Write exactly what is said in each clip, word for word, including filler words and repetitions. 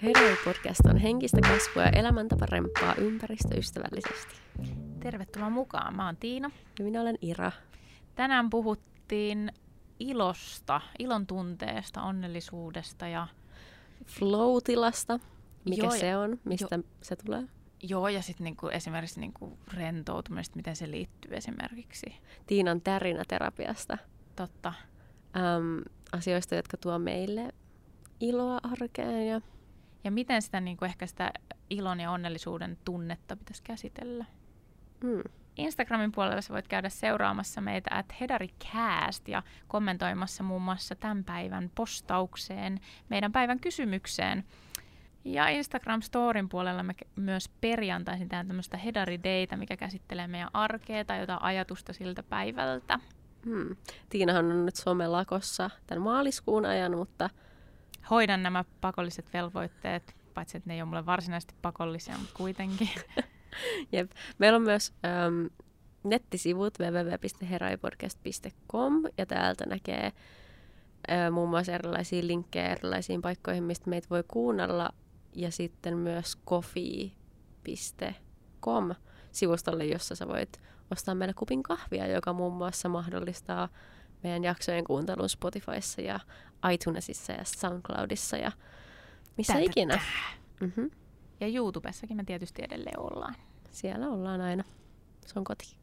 Hedari-podcast on henkistä kasvua ja elämäntaparempaa ympäristöystävällisesti. Tervetuloa mukaan. Mä oon Tiina. Ja minä olen Ira. Tänään puhuttiin ilosta, ilon tunteesta, onnellisuudesta ja flow-tilasta. Mikä Joo, se on? Mistä jo. se tulee? Joo, ja sitten niinku esimerkiksi niinku rentoutumista, miten se liittyy esimerkiksi. Tiinan tärinäterapiasta. Totta. Äm, asioista, jotka tuo meille iloa arkeen. Ja, ja miten sitä niinku ehkä sitä ilon ja onnellisuuden tunnetta pitäisi käsitellä. mm. Instagramin puolella sä voit käydä seuraamassa meitä at hedaricast ja kommentoimassa muun muassa tämän päivän postaukseen, meidän päivän kysymykseen. Ja Instagram-storin puolella me myös perjantaisin tähän tämmöistä Hedari-dayta, mikä käsittelee meidän arkea tai jotain ajatusta siltä päivältä. Hmm. Tiinahan on nyt somelakossa tämän maaliskuun ajan, mutta Hoidan nämä pakolliset velvoitteet, paitsi että ne ei ole mulle varsinaisesti pakollisia, mutta kuitenkin. Jep. Meillä on myös äm, nettisivut double-u double-u double-u piste hedaripodcast piste com ja täältä näkee ä, muun muassa erilaisia linkkejä erilaisiin paikkoihin, mistä meitä voi kuunnella. Ja sitten myös coffee piste com sivustolle, jossa sä voit ostaa meille kupin kahvia, joka muun muassa mahdollistaa meidän jaksojen kuuntelun Spotifyssa ja iTunesissa ja SoundCloudissa ja missä Tätä ikinä. Mm-hmm. Ja YouTubessakin me tietysti edelleen ollaan. Siellä ollaan aina. Se on koti.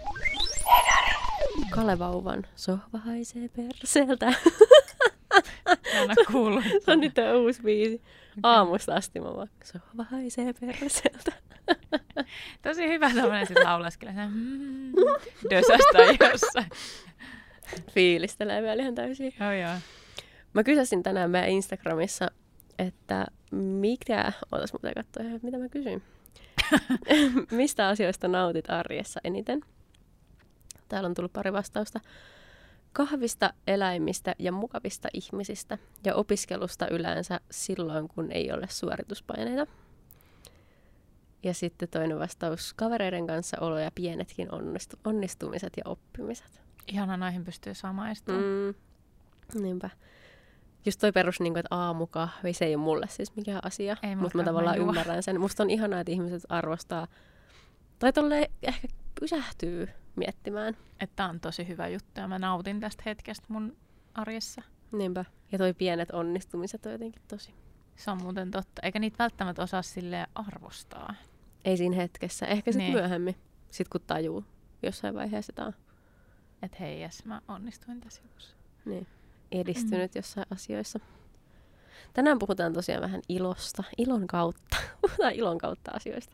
Kalevauvan sohva haisee perseeltä. En ole kuullut. Se on nyt tämä uusi biisi. Okay. Aamusta asti mä vaan, sohva haisee perseeltä. Tosi hyvä tämmöinen sit laulaskella. Mm, dösästä jossain. Fiilistelee vielä ihan täysin. Joo, joo. Mä kysäsin tänään meidän Instagramissa, että mikä, ootas muuten katsoa, mitä mä kysyin. Mistä asioista nautit arjessa eniten? Täällä on tullut pari vastausta. Kahvista, eläimistä ja mukavista ihmisistä ja opiskelusta yleensä silloin, kun ei ole suorituspaineita. Ja sitten toinen vastaus, kavereiden kanssa olo ja pienetkin onnistu- onnistumiset ja oppimiset. Ihana noihin pystyy samaistumaan. Mm, niinpä. Just toi perus, niin kuin, että aamukahvi, se ei ole mulle siis mikään asia, mutta mä tavallaan juo. ymmärrän sen. Musta on ihanaa, että ihmiset arvostaa, tai tolleen ehkä pysähtyy miettimään. Että on tosi hyvä juttu ja mä nautin tästä hetkestä mun arjessa. Niinpä. Ja toi pienet onnistumiset on jotenkin tosi. Se on muuten totta. Eikä niitä välttämättä osaa silleen arvostaa. Ei siinä hetkessä. Ehkä sitten niin. myöhemmin. Sitten kun tajuu jossain vaiheessa jotain. Että hei jes, mä onnistuin tässä jutussa. Niin. Edistynyt mm. jossain asioissa. Tänään puhutaan tosiaan vähän ilosta. Ilon kautta. Puhutaan ilon kautta asioista.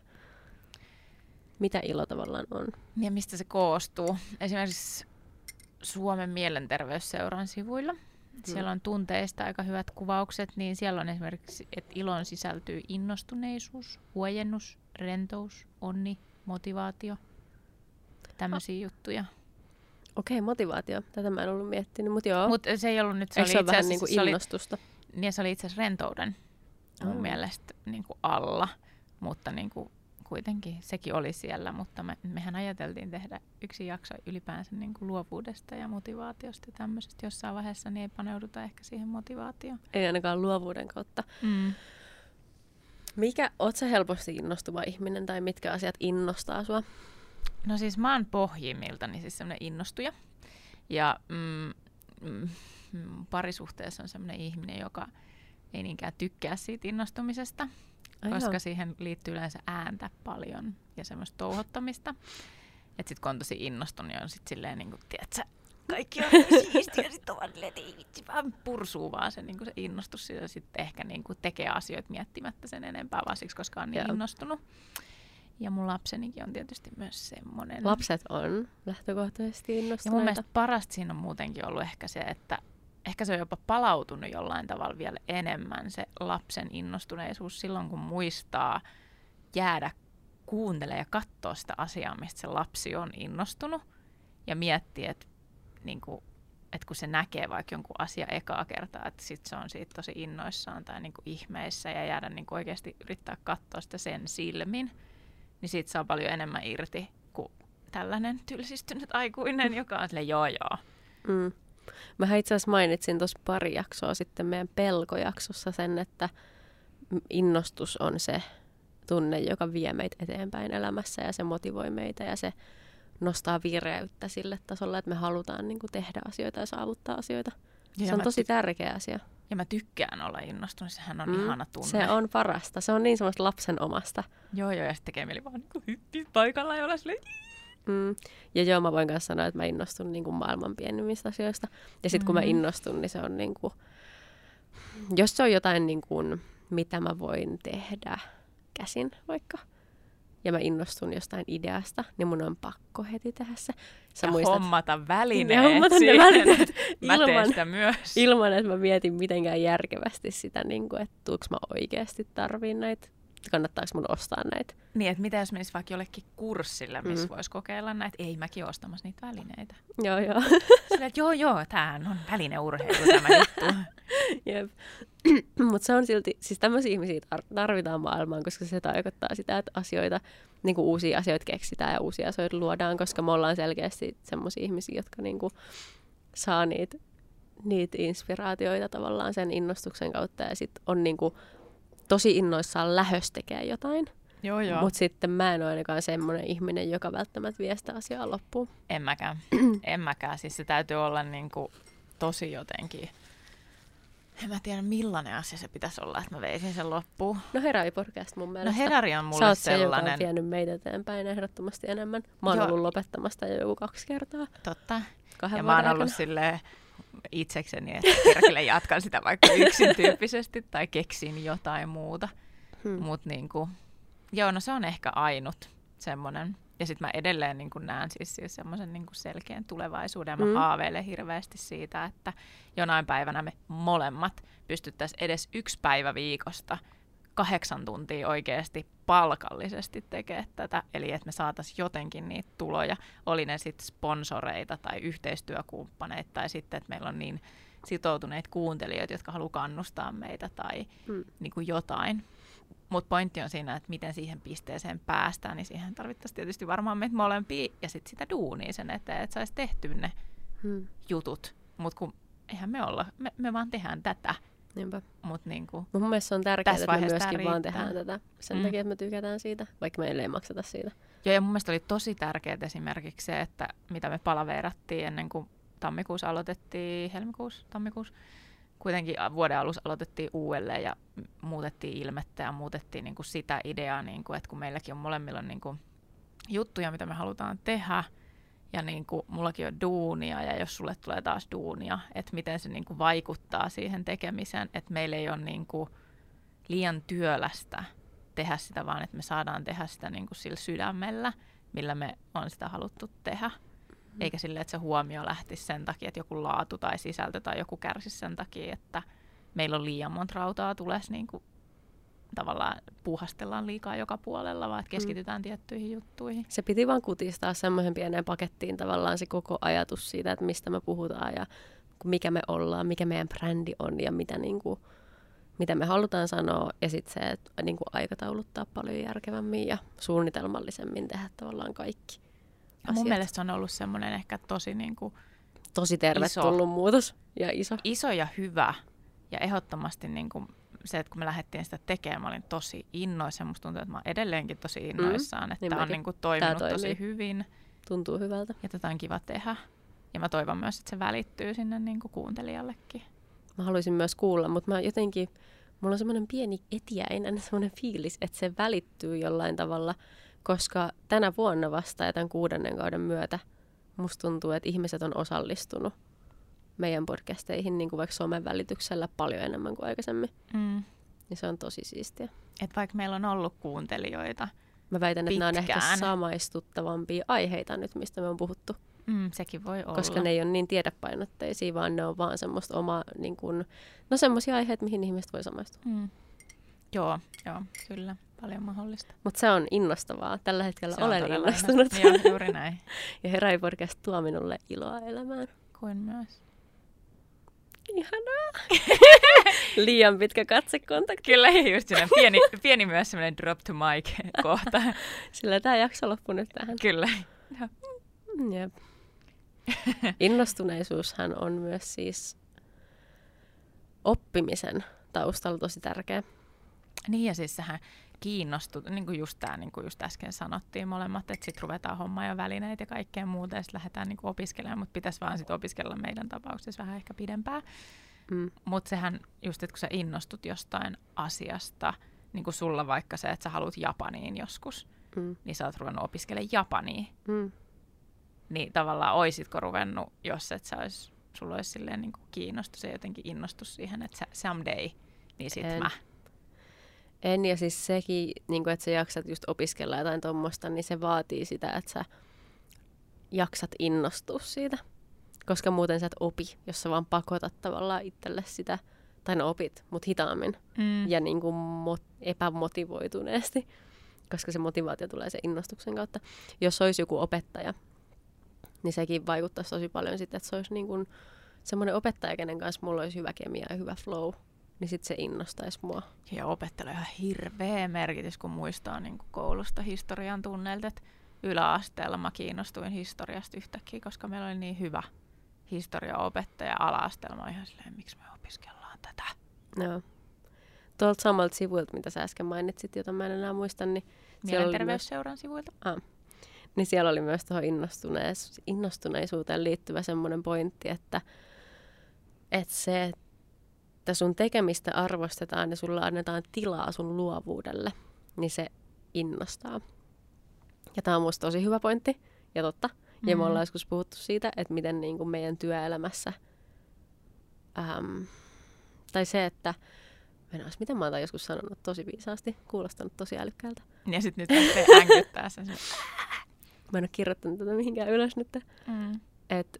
Mitä ilo tavallaan on? Ja mistä se koostuu? Esimerkiksi Suomen mielenterveysseuran sivuilla. Siellä on tunteista aika hyvät kuvaukset, niin siellä on esimerkiksi, että iloon sisältyy innostuneisuus, huojennus, rentous, onni, motivaatio, tämmöisiä oh. juttuja. Okei, okay, motivaatio. Tätä mä en ollut miettinyt, mutta joo. Mutta se ei ollut nyt, se Eikö oli se ole itse vähän asiassa, niin kuin innostusta? Se oli, niin se oli itse asiassa rentouden mun oh. mielestä niin kuin alla, mutta niin kuin kuitenkin sekin oli siellä, mutta me, mehän ajateltiin tehdä yksi jakso ylipäänsä niin kuin luovuudesta ja motivaatiosta ja tämmöisestä jossain vaiheessa, niin ei paneuduta ehkä siihen motivaatioon. Ei ainakaan luovuuden kautta. Mm. Mikä, oot sä helposti innostuva ihminen tai mitkä asiat innostaa sua? No siis mä oon pohjimmiltani siis semmoinen innostuja. Ja mm, mm, parisuhteessa on semmoinen ihminen, joka ei niinkään tykkää siitä innostumisesta. Ai koska joo. siihen liittyy yleensä ääntä paljon ja semmoista touhottamista. Että sit kun on tosi innostunut, niin on sit silleen niinku, tiedätkö, kaikki on niin siistiä, ja sit on vaan leti, vitsi, vaan pursuu vaan se, niinku se innostus. Ja sitten ehkä niinku tekee asioita miettimättä sen enempää vaan siksi, koska on niin joo. innostunut. Ja mun lapsenikin on tietysti myös semmoinen. Lapset on lähtökohtaisesti innostuneita. Ja mun mielestä parasta siinä on muutenkin ollut ehkä se, että ehkä se on jopa palautunut jollain tavalla vielä enemmän se lapsen innostuneisuus silloin, kun muistaa jäädä kuuntelemaan ja katsoa sitä asiaa, mistä se lapsi on innostunut. Ja miettiä, että, niin kuin, että kun se näkee vaikka jonkun asian ekaa kertaa, että sit se on siitä tosi innoissaan tai niin kuin ihmeissä ja jäädä niin kuin oikeasti yrittää katsoa sitä sen silmin, niin siitä saa paljon enemmän irti kuin tällainen tylsistynyt aikuinen, joka on silleen joo joo. Mm. Mä itse asiassa mainitsin tuossa pari jaksoa sitten meidän pelkojaksossa sen, että innostus on se tunne, joka vie meitä eteenpäin elämässä ja se motivoi meitä ja se nostaa vireyttä sille tasolle, että me halutaan niin kuin tehdä asioita ja saavuttaa asioita. Ja se on tosi ty- tärkeä asia. Ja mä tykkään olla innostunut, sehän on mm, ihana tunne. Se on parasta, se on niin semmoista lapsen omasta. Joo, joo, ja sitten tekee mieli vaan niin hyppiä paikalla ja olla silleen. Mm. Ja joo, mä voin myös sanoa, että mä innostun niin kuin maailman pienimmistä asioista. Ja sitten kun mm-hmm. mä innostun, niin se on niin kuin, jos se on jotain, niin kuin, mitä mä voin tehdä käsin vaikka, ja mä innostun jostain ideasta, niin mun on pakko heti tehdä se. Sä ja muistat, hommata välineet ja hommata ne välineet mä ilman, teen sitä myös. Ilman, että mä mietin mitenkään järkevästi sitä, niin kuin, että tuuks mä oikeasti tarviin näitä, kannattaako mun ostaa näitä. Niin, että mitä jos menisi vaikka jollekin kurssille, missä mm. voisi kokeilla näitä. Ei mäkin ostamassa niitä välineitä. Joo, joo. Sillä, että joo, joo, tämähän on välineurheilu tämä juttu. Jep. Mutta se on silti, siis tämmöisiä ihmisiä tarvitaan maailmaan, koska se tarkoittaa sitä, että asioita, niin kuin uusia asioita keksitään ja uusia asioita luodaan, koska me ollaan selkeästi semmoisia ihmisiä, jotka niin kuin saa niitä, niitä inspiraatioita tavallaan sen innostuksen kautta ja sitten on niin kuin tosi innoissaan lähös tekee jotain. Joo, joo. Mutta sitten mä en ole ainakaan semmoinen ihminen, joka välttämättä vie sitä asiaa loppuun. En mäkään. en mäkään. Siis se täytyy olla niinku tosi jotenkin. En mä tiedä millainen asia se pitäisi olla, että mä veisin sen loppuun. No Herari podcast mun mielestä. No Herari on mulle Sä oot sellainen. Se, joka on vienyt meitä eteenpäin ehdottomasti enemmän. Mä oon Joo. ollut lopettamasta jo joku kaksi kertaa. Totta. Kahden ja mä oon ollut silleen itsekseni, että kerkille jatkan sitä vaikka yksin tyyppisesti tai keksin jotain muuta. Hmm. Mut niinku, joo, no se on ehkä ainut semmoinen. Ja sitten mä edelleen niin kun näen siis, siis semmoisen niin kun selkeän tulevaisuuden. Mä mm. haaveilen hirveästi siitä, että jonain päivänä me molemmat pystyttäisiin edes yksi päivä viikosta kahdeksan tuntia oikeasti palkallisesti tekemään tätä. Eli että me saataisiin jotenkin niitä tuloja, oli ne sitten sponsoreita tai yhteistyökumppaneita tai sitten, että meillä on niin sitoutuneita kuuntelijoita, jotka haluaa kannustaa meitä tai mm. niin kuin jotain. Mutta pointti on siinä, että miten siihen pisteeseen päästään, niin siihen tarvittaisiin tietysti varmaan meitä molempia ja sitten sitä duunia sen eteen, että saisi tehtyä ne hmm. jutut. Mutta kun eihän me olla, me, me vaan tehdään tätä. Niinpä. Mut niinku, mun mielestä on tärkeää, että me myöskin riittää. vaan tehdään tätä sen mm. takia, että me tykätään siitä, vaikka meille ei makseta siitä. Joo, ja mun mielestä oli tosi tärkeää esimerkiksi se, että mitä me palaveerattiin ennen kuin tammikuussa aloitettiin, helmikuussa, tammikuussa, kuitenkin vuoden alussa aloitettiin uudelleen ja muutettiin ilmettä ja muutettiin niin kuin sitä ideaa, niin kuin, että kun meilläkin on molemmilla niin kuin juttuja, mitä me halutaan tehdä, ja niin kuin mullakin on duunia, ja jos sulle tulee taas duunia, että miten se niin kuin vaikuttaa siihen tekemiseen, että meillä ei ole niin kuin liian työlästä tehdä sitä, vaan että me saadaan tehdä sitä niin kuin sillä sydämellä, millä me on sitä haluttu tehdä. Eikä silleen, että se huomio lähtisi sen takia, että joku laatu tai sisältö tai joku kärsisi sen takia, että meillä on liian monta rautaa tulisi niin kuin tavallaan puuhastellaan liikaa joka puolella, vaan että keskitytään mm. tiettyihin juttuihin. Se piti vaan kutistaa semmoisen pieneen pakettiin tavallaan se koko ajatus siitä, että mistä me puhutaan ja mikä me ollaan, mikä meidän brändi on ja mitä, niin kuin, mitä me halutaan sanoa. Ja sitten se, että niin kuin aikatauluttaa paljon järkevämmin ja suunnitelmallisemmin tehdä tavallaan kaikki asiat. Mun mielestä se on ollut semmoinen ehkä tosi niin kuin tosi tervetullut iso, muutos ja iso. Iso ja hyvä ja ehdottomasti niin kuin se, että kun me lähdettiin sitä tekemään, mä olin tosi innoissa. Musta tuntuu, että mä oon edelleenkin tosi innoissaan, mm, että tämä on niin kuin toiminut tosi hyvin. Tuntuu hyvältä. Ja tätä on kiva tehdä. Ja mä toivon myös, että se välittyy sinne niin kuin kuuntelijallekin. Mä haluaisin myös kuulla, mutta mä jotenkin, mulla on semmoinen pieni etiäinen semmoinen fiilis, että se välittyy jollain tavalla, koska tänä vuonna vasta ja tämän kuudennen kauden myötä musta tuntuu, että ihmiset on osallistunut meidän podcasteihin niin kuin vaikka somen välityksellä paljon enemmän kuin aikaisemmin. Mm. Niin se on tosi siistiä. Et vaikka meillä on ollut kuuntelijoita mä väitän, pitkään. Että nämä on ehkä samaistuttavampia aiheita nyt, mistä me on puhuttu. Mm, sekin voi olla. Koska ne ei ole niin tiedepainotteisia, vaan ne on vaan semmoista omaa, niin kuin, no semmoisia aiheita, mihin ihmiset voi samaistua. Mm. Joo, joo, kyllä. Paljon mahdollista. Mutta se on innostavaa. Tällä hetkellä se olen innostunut. Joo, juuri näin. Ja Herai podcast tuo minulle iloa elämään. Kuin myös. Ihanaa. Liian pitkä katsekontakti. Kyllä, just siinä. Pieni, pieni myös semmoinen drop to mic kohta. Sillä tämä jakso loppui nyt tähän. Kyllä. Jep. Innostuneisuushan on myös siis oppimisen taustalla tosi tärkeä. Niin ja siis sehän kiinnostui, niin kuin just tämä, niin kuin just äsken sanottiin molemmat, että sitten ruvetaan hommaa ja välineitä ja kaikkea muuta ja sitten lähdetään niin kuin opiskelemaan, mutta pitäisi vaan sitten opiskella meidän tapauksessa vähän ehkä pidempään. Mm. Mutta sehän just, että kun sä innostut jostain asiasta, niin kuin sulla vaikka se, että sä haluat Japaniin joskus, mm. niin sä oot ruvennut opiskelemaan Japaniin. Mm. Niin tavallaan oisitko ruvennut, jos et sä ois, sulla olisi silleen niin kuin kiinnostus ja jotenkin innostus siihen, että sä, someday, niin sit en. mä. En, ja siis sekin, niin kuin, että sä jaksat just opiskella jotain tuommoista, niin se vaatii sitä, että sä jaksat innostua siitä. Koska muuten sä et opi, jos sä vaan pakotat tavallaan itselle sitä, tai no opit, mutta hitaammin mm. ja niin kuin mot- epämotivoituneesti, koska se motivaatio tulee sen innostuksen kautta. Jos olisi joku opettaja, niin sekin vaikuttaisi tosi paljon sitten, että se olisi niin kuin semmoinen opettaja, kenen kanssa mulla olisi hyvä kemia ja hyvä flow, niin sitten se innostaisi mua. Ja opettaja on ihan hirveä merkitys, kun muistaa niin kuin koulusta historian tunneilta, että yläasteella mä kiinnostuin historiasta yhtäkkiä, koska meillä oli niin hyvä historiaopettaja ala-asteella. Mä olin ihan silleen, miksi me opiskellaan tätä? Joo. Tuolta samalta sivuilta, mitä sä äsken mainitsit, jota mä en enää muista, niin Mielenterveysseuran myös sivuilta. Ah. Niin siellä oli myös tuohon innostuneis- innostuneisuuteen liittyvä semmoinen pointti, että, että se, että sun tekemistä arvostetaan ja sulla annetaan tilaa sun luovuudelle, niin se innostaa. Ja tämä on musta tosi hyvä pointti ja totta. Mm-hmm. Ja me ollaan joskus puhuttu siitä, että miten niin kuin meidän työelämässä, äm, tai se, että Venäis, miten mä oon joskus sanonut tosi viisaasti, kuulostanut tosi älykkäältä. Ja sit nyt lähtee änkyttää sen. Mä en ole kirjoittanut tätä mihinkään ylös nyt. Mm. Että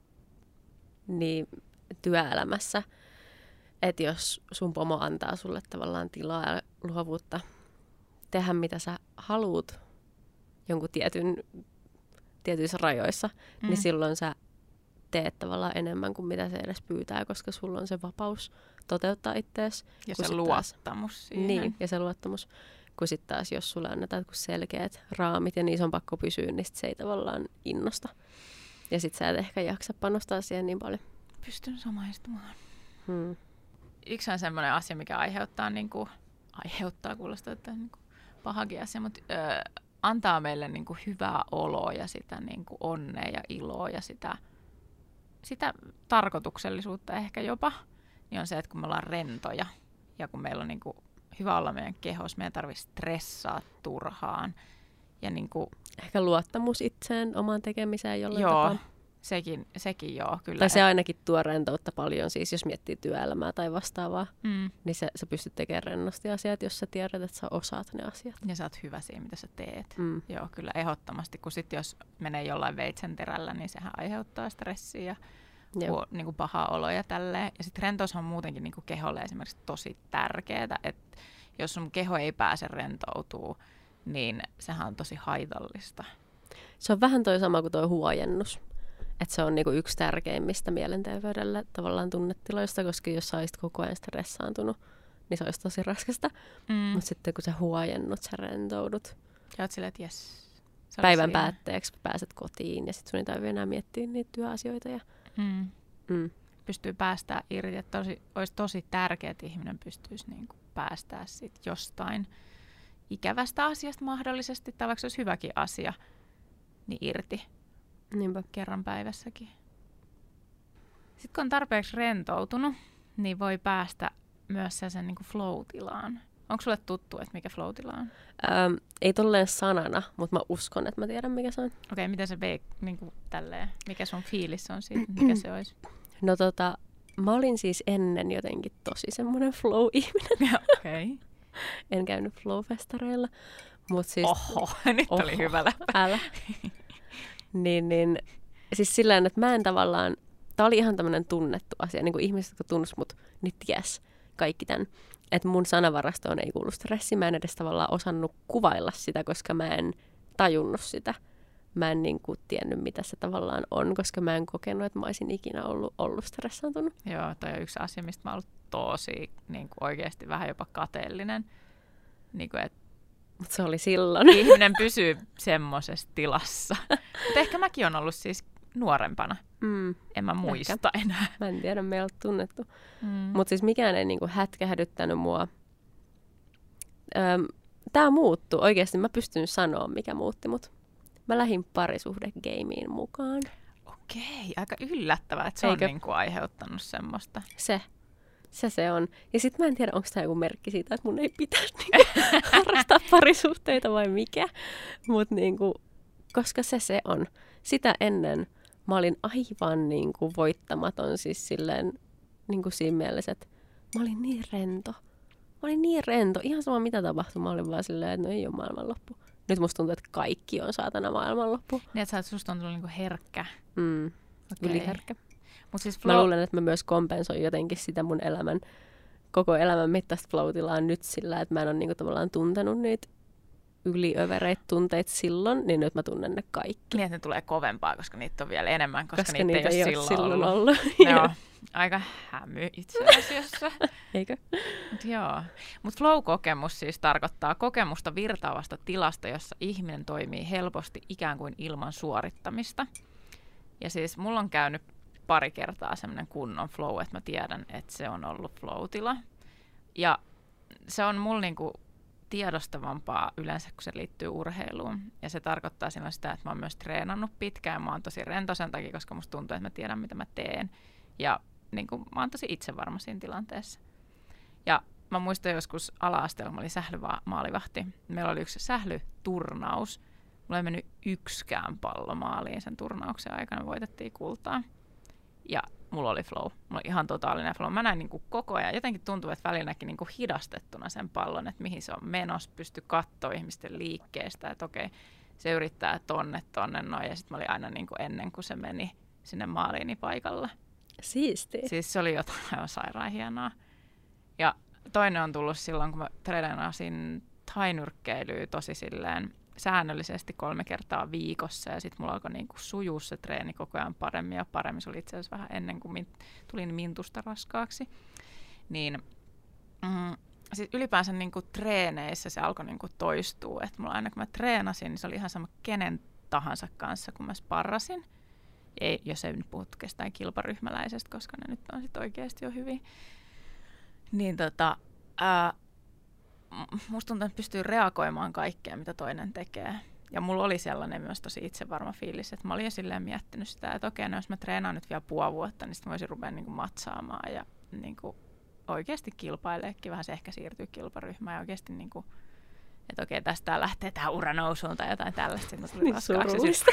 niin työelämässä, että jos sun pomo antaa sulle tavallaan tilaa ja luovuutta tehdä mitä sä haluut jonkun tietyn, tietyissä rajoissa, mm. niin silloin sä teet tavallaan enemmän kuin mitä se edes pyytää, koska sulla on se vapaus toteuttaa itseäsi. Ja se luottamus taas, siihen. Niin, ja se luottamus. Kun sitten taas, jos sulle annetaan selkeät raamit ja niissä on pakko pysyä, niin sit se ei tavallaan innosta. Ja sit sä et ehkä jaksa panostaa siihen niin paljon. Pystyn samaistumaan. Hmm. Yksi on semmoinen asia, mikä aiheuttaa, niin kuin, aiheuttaa kuulostaa, että niin kuin pahakin asia, mutta ö, antaa meille niin kuin hyvää oloa ja sitä niin kuin onnea ja iloa ja sitä, sitä tarkoituksellisuutta ehkä jopa, niin on se, että kun me ollaan rentoja ja kun meillä on niin kuin hyvä olla meidän kehos, meidän tarvitsee stressaa turhaan. Ja niin kuin, ehkä luottamus itseen, omaan tekemiseen jollain joo, tapaa. Sekin, sekin joo, kyllä. Tai se ainakin tuo rentoutta paljon, siis jos miettii työelämää tai vastaavaa, mm. niin sä, sä pystyt tekemään rennosti asiat, jos sä tiedät, että sä osaat ne asiat. Ja sä oot hyvä siinä, mitä sä teet. Mm. Joo, kyllä ehdottomasti, kun sit jos menee jollain veitsenterällä, niin sehän aiheuttaa stressiä ja Hu- niin kuin pahaa oloa ja tälleen. Ja sitten rentous on muutenkin niin kuin keholle esimerkiksi tosi tärkeää, että jos sun keho ei pääse rentoutuu, niin sehän on tosi haitallista. Se on vähän toi sama kuin toi huojennus. Että se on niinku yksi tärkeimmistä mielenterveydelle tavallaan tunnetiloista, koska jos sä olisit koko ajan stressaantunut, niin se olisi tosi raskasta. Mm. Mutta sitten kun sä huojennut, sä rentoudut. Ja oot silleen, että jes. Päivän siinä päätteeksi pääset kotiin ja sitten sun ei tarvitse enää miettiä niitä työasioita. Ja Mm. Mm. pystyy päästää irti. Että tosi, olisi tosi tärkeää, että ihminen pystyisi niin kuin päästää sit jostain ikävästä asiasta mahdollisesti, tai vaikka se olisi hyväkin asia, niin irti. Niinpä. Kerran päivässäkin. Sitten kun on tarpeeksi rentoutunut, niin voi päästä myös sen niin kuin flow-tilaan. Onko sulle tuttu, että mikä flow-tila on? Ähm, ei tolleen sanana, mutta mä uskon, että mä tiedän, mikä se on. Okei, okay, mitä se vei, niin kuin tälleen, mikä sun fiilis on siitä, mikä se olisi? No tota, mä olin siis ennen jotenkin tosi semmoinen flow-ihminen. Okei. Okay. En käynyt flow-festareilla, mutta siis... Oho, nyt oho, oli hyvä läppä. Älä. niin, niin, siis sillä tavalla, että mä en tavallaan... Tää oli ihan tämmöinen tunnettu asia, niin kuin ihmiset, jotka tunnus mut, niin ties kaikki tämän. Että mun sanavarastoon ei kuulu stressi. Mä en edes tavallaan osannut kuvailla sitä, koska mä en tajunnut sitä. Mä en niin kuin tiennyt, mitä se tavallaan on, koska mä en kokenut, että mä olisin ikinä ollut, ollut stressaantunut. Joo, toi on yksi asia, mistä mä oon ollut tosi niin kuin oikeasti vähän jopa kateellinen. Niin kuin, että Mutta se oli silloin. Ihminen pysyy semmoisessa tilassa. Mutta ehkä mäkin on ollut siis nuorempana. Mm, en mä muista ehkä. enää. Mä en tiedä, me ei ole tunnettu. Mm. Mutta siis mikään ei niinku hätkähdyttänyt mua Öm, tää muuttui. Oikeasti mä pystyn sanoa, mikä muutti mut. Mä lähdin parisuhdegeimiin mukaan. Okei, aika yllättävää, että se Eikö? on niinku aiheuttanut semmoista. Se. Se se on. Ja sit mä en tiedä, onko tää joku merkki siitä, että mun ei pitäisi niinku harrastaa parisuhteita vai mikä. Mut niinku, koska se se on. Sitä ennen mä olin aivan niinku voittamaton siis silleen niinku siinä mielessä, että mä olin niin rento. Mä olin niin rento. Ihan sama mitä tapahtui. Mä olin vaan silleen, että no ei ole maailmanloppu. Nyt musta tuntuu, että kaikki on saatana maailmanloppu. Niin, että sä oot, susta on tullut niinku herkkä. Mm. Okei. Yliherkkä. Mut siis Mä flow... luulen, että mä myös kompensoin jotenkin sitä mun elämän, koko elämän mittaista flow-tilaa nyt sillä, että mä en ole niinku tavallaan tuntenut niitä yliövereitä tunteita silloin, niin nyt mä tunnen ne kaikki. Niin, että ne tulee kovempaa, koska niitä on vielä enemmän, koska, koska niitä, niitä ei ole ole silloin, silloin ollut. ollut. Joo, aika hämy itse asiassa. Eikö? Mut joo. Mut flow-kokemus siis tarkoittaa kokemusta virtaavasta tilasta, jossa ihminen toimii helposti ikään kuin ilman suorittamista. Ja siis mulla on käynyt pari kertaa semmoinen kunnon flow, että mä tiedän, että se on ollut flow-tila. Ja se on mulla niinku tiedostavampaa yleensä, kun se liittyy urheiluun. Ja se tarkoittaa silloin sitä, että mä oon myös treenannut pitkään. Mä oon tosi rento sen takia, koska musta tuntuu, että mä tiedän, mitä mä teen. Ja niin kuin, mä oon tosi itsevarma siinä tilanteessa. Ja mä muistan joskus ala-asteella, mä olin sählymaalivahti. Meillä oli yksi sählyturnaus. Mulla ei mennyt yksikään pallo maaliin sen turnauksen aikana. Me voitettiin kultaa. Ja mulla oli flow. Mulla oli ihan totaalinen flow. Mä näin niin kuin koko ajan. Jotenkin tuntuu, että välillä näki niin kuin hidastettuna sen pallon, että mihin se on menossa. Pystyi katsoa ihmisten liikkeestä, että okei, se yrittää tonne, tonne noin. Ja sitten mä olin aina niin kuin ennen kuin se meni sinne maaliini paikalla. Siistiä. Siis se oli jotain aivan sairaan hienoa. Ja toinen on tullut silloin, kun mä treenasin thainyrkkeilyä tosi silleen säännöllisesti kolme kertaa viikossa, ja sitten mulla alkoi niinku sujua se treeni koko ajan paremmin ja paremmin. Se oli itse asiassa vähän ennen kuin min, tulin mintusta raskaaksi. Niin mm, sit ylipäänsä niinku treeneissä se alkoi niinku toistua. Et mulla aina kun mä treenasin, niin se oli ihan sama kenen tahansa kanssa, kun mä sparrasin. Ei, jos ei nyt puhuttu kestään kilparyhmäläisestä, koska ne nyt on sit oikeasti jo hyvin. Niin tota... Ää, musta tuntuu, että pystyy reagoimaan kaikkeen, mitä toinen tekee. Ja mulla oli sellainen myös tosi itsevarma fiilis, että mä olin jo silleen miettinyt sitä, että okei, no jos mä treenaan nyt vielä puoli vuotta, niin sitten voisin rupea niinku matsaamaan ja niinku oikeasti kilpaileekin, vähän se ehkä siirtyy kilparyhmään ja oikeasti, niinku, että okei, tästä lähtee tää ura nousuun tai jotain tällaista. Sitten tuli niin raskaaksi. surullista.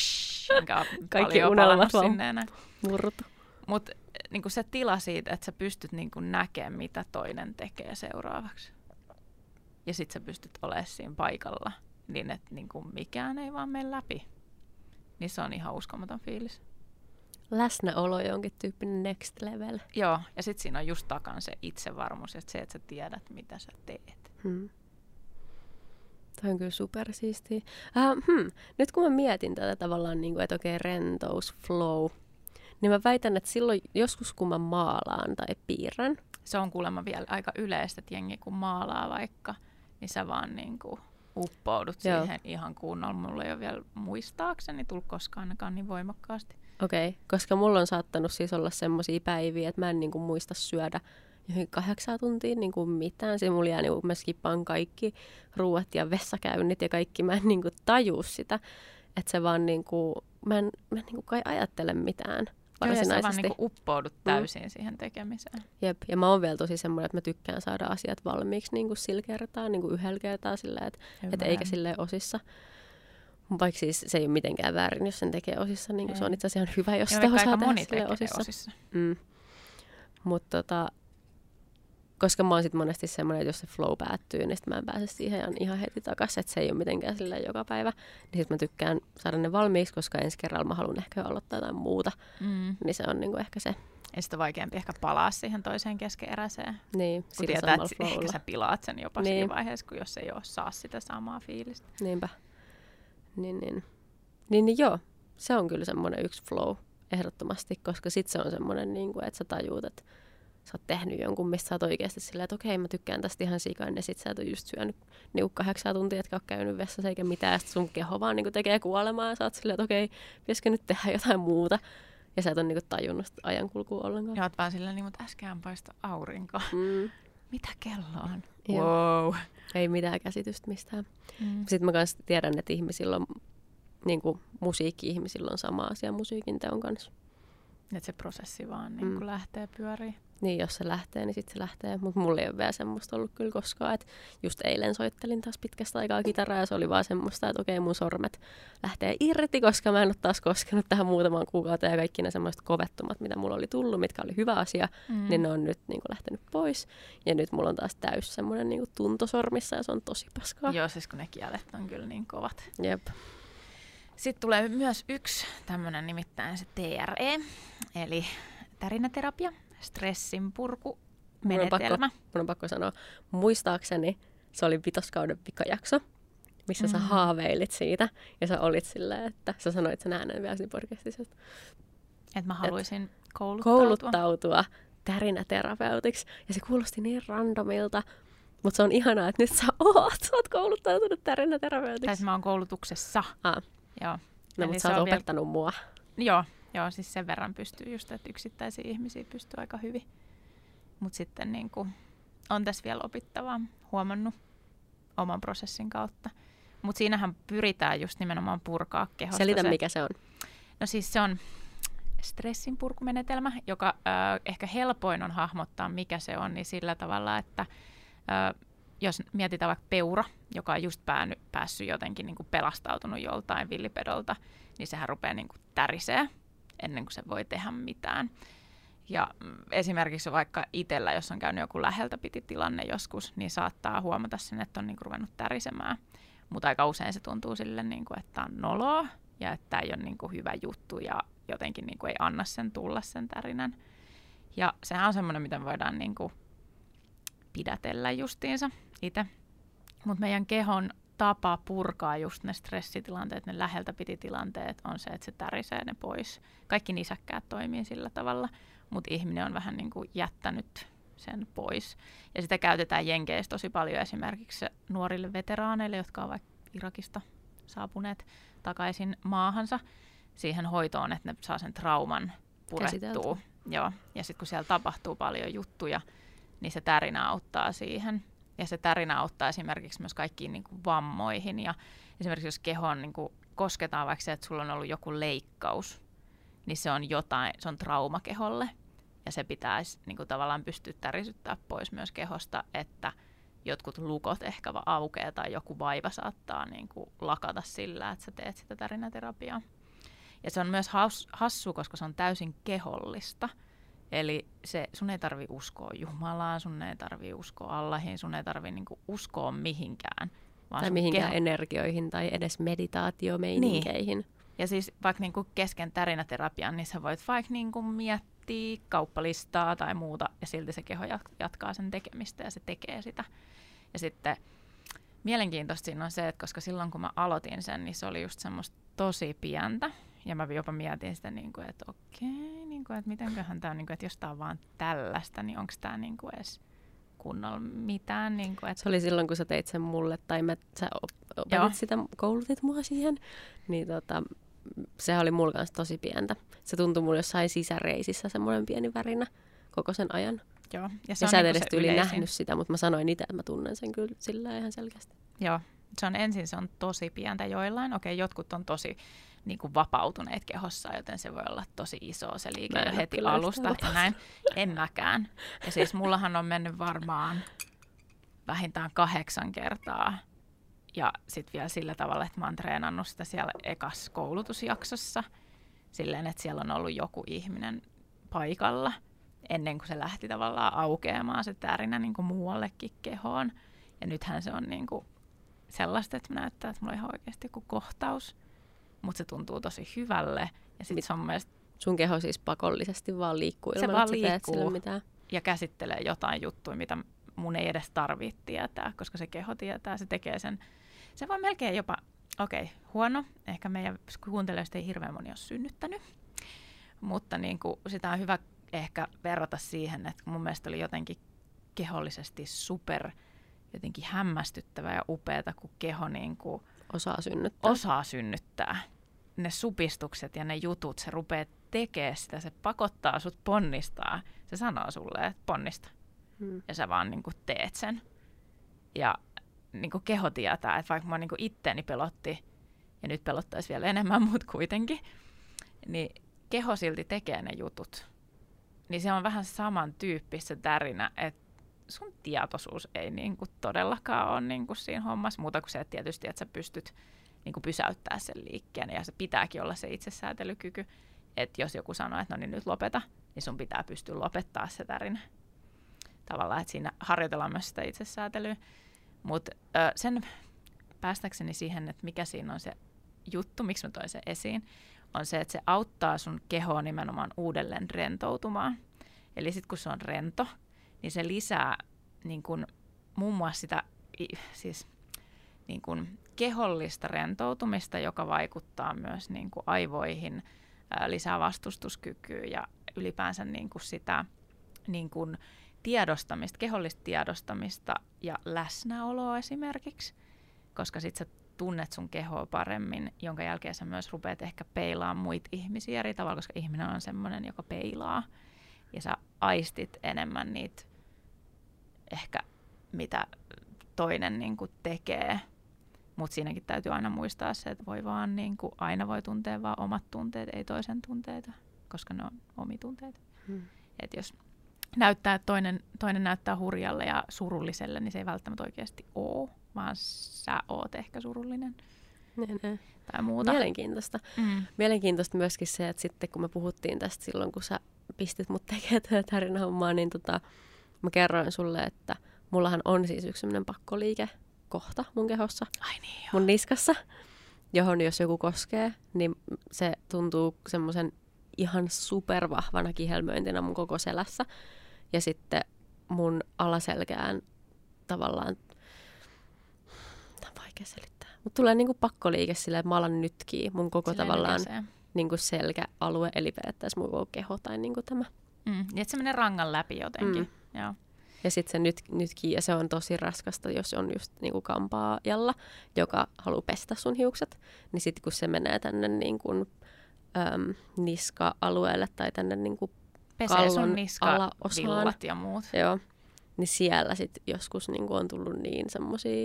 Kaikki unelmat vaan murtu. Mutta niinku se tila siitä, että sä pystyt niinku näkemään, mitä toinen tekee seuraavaksi. Ja sit sä pystyt olemaan siinä paikalla niin, että niinku mikään ei vaan mene läpi. Niin se on ihan uskomaton fiilis. Läsnäolo jonkin tyyppinen next level. Joo, ja sit siinä on just takan se itsevarmuus ja se, että sä tiedät, mitä sä teet. Hmm. Toi on kyllä supersiistiä. Uh, hmm. Nyt kun mä mietin tätä tavallaan, niin kuin, että okei, okay, rentous, flow, niin mä väitän, että silloin joskus kun mä maalaan tai piirrän. Se on kuulemma vielä aika yleistä, että jengi kun maalaa vaikka, niin sä vaan niin kuin uppoudut Joo. siihen ihan kunnolla. Mulla ei ole vielä muistaakseni tullut koskaan ainakaan niin voimakkaasti. Okei, okay, koska mulla on saattanut siis olla semmosia päiviä, että mä en niin kuin muista syödä johonkin kahdeksan tuntia niin kuin mitään. Se mulla jää, niin kuin mä skippaan kaikki ruuat ja vessakäynnit ja kaikki. Mä en niin kuin tajuu sitä, että se vaan niin kuin, mä en, mä en niin kuin kai ajattele mitään. Joo, ja sä vaan niin kuin uppoudut täysin mm. siihen tekemiseen. Jep, ja mä oon vielä tosi semmoinen, että mä tykkään saada asiat valmiiksi niin kuin sillä kertaa, niin kuin yhdellä kertaa silleen, että et eikä silleen osissa. Vaikka siis se ei ole mitenkään väärin, jos sen tekee osissa, niin kuin se on itse asiassa ihan hyvä, jos sitä osaa tehdä silleen osissa. osissa. Mm. Mutta tota, koska mä oon sit monesti semmoinen, että jos se flow päättyy, niin sit mä en pääse siihen ihan heti takaisin, että se ei ole mitenkään silleen joka päivä. Niin sit mä tykkään saada ne valmiiksi, koska ensi kerralla mä haluan ehkä aloittaa jotain muuta. Mm. Niin se on niinku ehkä se. Ja sitten on vaikeampi ehkä palaa siihen toiseen keskeeräiseen. Niin, kun tietää, että ehkä sä pilaat sen jopa niin. siinä vaiheessa, kun jos ei ole saa sitä samaa fiilistä. Niinpä. Niin, niin. Niin, niin joo, se on kyllä semmoinen yksi flow ehdottomasti, koska sit se on semmoinen, niin kuin, että sä tajuut, että sä oot tehnyt jonkun, mistä sä oot oikeasti silleen, että okei, mä tykkään tästä ihan sikaan, ja sit sä et ole just syönyt niin kahdeksan tuntia, etkä ole käynyt vessassa eikä mitään, ja sit sun keho vaan niin kuin tekee kuolemaa, ja sä oot silleen, että okei, pitäisikö nyt tehdä jotain muuta, ja sä et ole niin kuin tajunnut ajankulkua ollenkaan. Ja oot vaan silleen, niin, mutta äsken paista aurinko. Mm. mitä kello on? Joo. Wow. Ei mitään käsitystä mistään. Mm. Sitten mä kans tiedän, että ihmisillä on, niin kuin musiikki-ihmisillä on sama asia musiikin teon kanssa. Että se prosessi vaan niin Mm. lähtee pyöriin. Niin, jos se lähtee, niin sitten se lähtee. Mutta mulla ei ole vielä semmoista ollut kyllä koskaan. Et just eilen soittelin taas pitkästä aikaa kitaraa ja se oli vaan semmoista, että okei, mun sormet lähtee irti, koska mä en ole taas koskenut tähän muutamaan kuukauteen. Ja kaikki ne semmoiset kovettumat, mitä mulla oli tullut, mitkä oli hyvä asia, Mm. niin ne on nyt niin kuin lähtenyt pois. Ja nyt mulla on taas täys semmoinen niin kuin tunto sormissa ja se on tosi paskaa. Joo, siis kun ne kielet on kyllä niin kovat. Jep. Sitten tulee myös yksi tämmöinen nimittäin se T R E, eli tärinäterapia, stressin purku, Mun on, pakko, menetelmä. mun on pakko sanoa, muistaakseni se oli vitoskauden pikajakso, missä sä Mm. haaveilit siitä. Ja sä olit silleen, että sä sanoit sen äänen vielä siinä podcastissa, että Että mä haluaisin kouluttautua. kouluttautua tärinäterapeutiksi. Ja se kuulosti niin randomilta, mutta se on ihanaa, että nyt sä oot, sä oot kouluttautunut tärinäterapeutiksi. Tai mä oon koulutuksessa. Ah, Joo. no, Eli mutta se sä oot on vielä- opettanut mua. Joo, joo, siis sen verran pystyy just, että yksittäisiä ihmisiä pystyy aika hyvin. Mutta sitten niin kuin, on tässä vielä opittavaa, huomannut oman prosessin kautta. Mutta siinähän pyritään just nimenomaan purkaa kehosta. Selitä, se, mikä se on. No siis se on stressin purkumenetelmä, joka äh, ehkä helpoin on hahmottaa, mikä se on, niin sillä tavalla, että äh, jos mietitään vaikka peura, joka on just pääny, päässyt jotenkin niin kuin pelastautunut joltain villipedolta, niin sehän rupeaa niin kuin tärisee ennen kuin se voi tehdä mitään. Ja mm, esimerkiksi vaikka itsellä, jos on käynyt joku läheltä piti tilanne joskus, niin saattaa huomata sen, että on niin kuin ruvennut tärisemään. Mutta aika usein se tuntuu sille, niin kuin, että on noloa ja että ei ole niin kuin hyvä juttu ja jotenkin niin kuin ei anna sen tulla sen tärinän. Ja sehän on semmoinen, mitä me voidaan niin kuin pidätellä justiinsa itse. Mutta meidän kehon tapa purkaa just ne stressitilanteet, ne läheltä piti tilanteet on se, että se tärisee ne pois. Kaikki nisäkkäät toimii sillä tavalla, mutta ihminen on vähän niin kuin jättänyt sen pois. Ja sitä käytetään Jenkeissä tosi paljon esimerkiksi nuorille veteraaneille, jotka ovat vaikka Irakista saapuneet takaisin maahansa siihen hoitoon, että ne saa sen trauman purettua. Joo. Ja sitten kun siellä tapahtuu paljon juttuja, niin se tärinä auttaa siihen. Ja se tärinä auttaa esimerkiksi myös kaikkiin niin kuin vammoihin. Ja esimerkiksi jos kehoon niin kuin kosketaan vaikka se, että sulla on ollut joku leikkaus, niin se on jotain, se on trauma keholle. Ja se pitäisi niin kuin tavallaan pystyä tärisyttää pois myös kehosta, että jotkut lukot ehkä aukeaa tai joku vaiva saattaa niin kuin lakata sillä, että sä teet sitä tärinäterapiaa. Ja se on myös haus, hassu, koska se on täysin kehollista. Eli se, sun ei tarvi uskoa Jumalaan, sun ei tarvi uskoa Allahiin, sun ei tarvi niinku uskoa mihinkään. Vaan Tai mihinkään keho... energioihin tai edes meditaatiomeininkeihin. Niin. Ja siis vaikka niinku kesken tärinäterapian, niin sä voit vaikka niinku miettiä kauppalistaa tai muuta, ja silti se keho jatkaa sen tekemistä ja se tekee sitä. Ja sitten mielenkiintoista siinä on se, että koska silloin kun mä aloitin sen, niin se oli just semmoista tosi pientä. Ja mä jopa mietin sitä, niin kuin, että okei, niin kuin, että mitenköhän tämä on, niin kuin, että jos tämä on vaan tällaista, niin onko tämä niin kuin edes kunnolla mitään. Niin kuin, että... Se oli silloin, kun sä teit sen mulle, tai mä, sä opetit sitä, koulutit mua siihen, niin tota, sehän oli mulla kanssa tosi pientä. Se tuntui mulle jossain sisäreisissä semmoinen pieni värinä koko sen ajan. Joo. Ja, ja se sä on et niin edes yli yleisin. nähnyt sitä, mutta mä sanoin itse, että mä tunnen sen kyllä sillä ihan selkeästi. Joo. Se on ensin se on tosi pientä joillain. Okei, jotkut on tosi niin kuin vapautuneet kehossa, joten se voi olla tosi iso se liike heti alusta. Ja näin. En mäkään. Ja siis mullahan on mennyt varmaan vähintään kahdeksan kertaa. Ja sitten vielä sillä tavalla, että mä oon treenannut sitä siellä ekas koulutusjaksossa. Silleen, että siellä on ollut joku ihminen paikalla ennen kuin se lähti tavallaan aukeamaan se tärinä niin kuin muuallekin kehoon. Ja nythän se on niin kuin sellaista, että näyttää, että mulla on ihan oikeasti joku kohtaus. Mutta se tuntuu tosi hyvälle. Ja sit se on mielestä... Sun keho siis pakollisesti vaan liikkuu ilman, se vaan että sä teet liikkuu mitään. Ja käsittelee jotain juttuja, mitä mun ei edes tarvitse tietää, koska se keho tietää, se tekee sen. Se voi melkein jopa, okei, okay, huono. Ehkä meidän kuuntelijoista ei hirveän moni ole synnyttänyt. Mutta niin kuin sitä on hyvä ehkä verrata siihen, että mun mielestä oli jotenkin kehollisesti super jotenkin hämmästyttävää ja upeata, kun keho niin kuin osaa synnyttää. Osaa synnyttää. Ne supistukset ja ne jutut, se rupeaa tekemään sitä, se pakottaa sut ponnistaa. Se sanoo sulle, että ponnista. Hmm. Ja sä vaan niin kuin teet sen. Ja niin kuin keho tietää, että vaikka mä niin kuin itteeni pelotti, ja nyt pelottaisi vielä enemmän, mutta kuitenkin, niin keho silti tekee ne jutut. Niin se on vähän samantyyppistä tärinä, että sun tietoisuus ei niin kuin todellakaan ole niin kuin siinä hommassa, muuta kuin se, että tietysti, että sä pystyt niin kuin pysäyttää sen liikkeen, ja se pitääkin olla se itsesäätelykyky, että jos joku sanoo, että no niin nyt lopeta, niin sun pitää pystyä lopettaa se tärinä. Tavallaan, että siinä harjoitellaan myös sitä itsesäätelyä. Mutta sen päästäkseni siihen, että mikä siinä on se juttu, miksi mä toin sen esiin, on se, että se auttaa sun kehoa nimenomaan uudelleen rentoutumaan. Eli sitten kun se on rento, niin se lisää niin kun, muun muassa sitä siis, niin kun, kehollista rentoutumista, joka vaikuttaa myös niin kun, aivoihin, ää, lisää vastustuskykyä ja ylipäänsä niin kun, sitä niin kun, tiedostamista, kehollista tiedostamista ja läsnäoloa esimerkiksi, koska sit sä tunnet sun kehoa paremmin, jonka jälkeen sä myös rupeat ehkä peilaamaan muita ihmisiä eri tavalla, koska ihminen on semmoinen, joka peilaa. Ja sä aistit enemmän niitä ehkä, mitä toinen niin kuin tekee. Mutta siinäkin täytyy aina muistaa se, että voi vaan, niin kuin, aina voi tuntea vaan omat tunteet, ei toisen tunteita, koska ne on omia tunteita. Hmm. Et jos näyttää, että toinen, toinen näyttää hurjalle ja surulliselle, niin se ei välttämättä oikeasti ole, vaan sä oot ehkä surullinen. Ne, ne. Tai muuta. Mielenkiintoista. Mm. Mielenkiintoista myöskin se, että sitten kun me puhuttiin tästä silloin, kun sä pistit mut tekemään tätä tarinahommaa, niin tota, mä kerroin sulle, että mullahan on siis yksi sellainen pakkoliikekohta mun kehossa, Ai niin, mun niskassa, johon jos joku koskee, niin se tuntuu semmoisen ihan supervahvana kihelmöintinä mun koko selässä. Ja sitten mun alaselkään tavallaan, tämä on vaikea selittää, mutta tulee niinku pakkoliike silleen, että mä alan nytkiä mun koko silleen tavallaan niinku selkäalue, eli periaatteessa mun koko keho tai niinku tämä. Mm, niin että se menee rangan läpi jotenkin. Mm. Joo. Ja sitten se nyt, nytkii, ja se on tosi raskasta, jos on just niinku kampaajalla, joka haluaa pestä sun hiukset, niin sitten kun se menee tänne niinku, äm, niska-alueelle tai tänne niinku kallon alaosaan ja muut. Joo, niin siellä sitten joskus niinku on tullut niin semmosia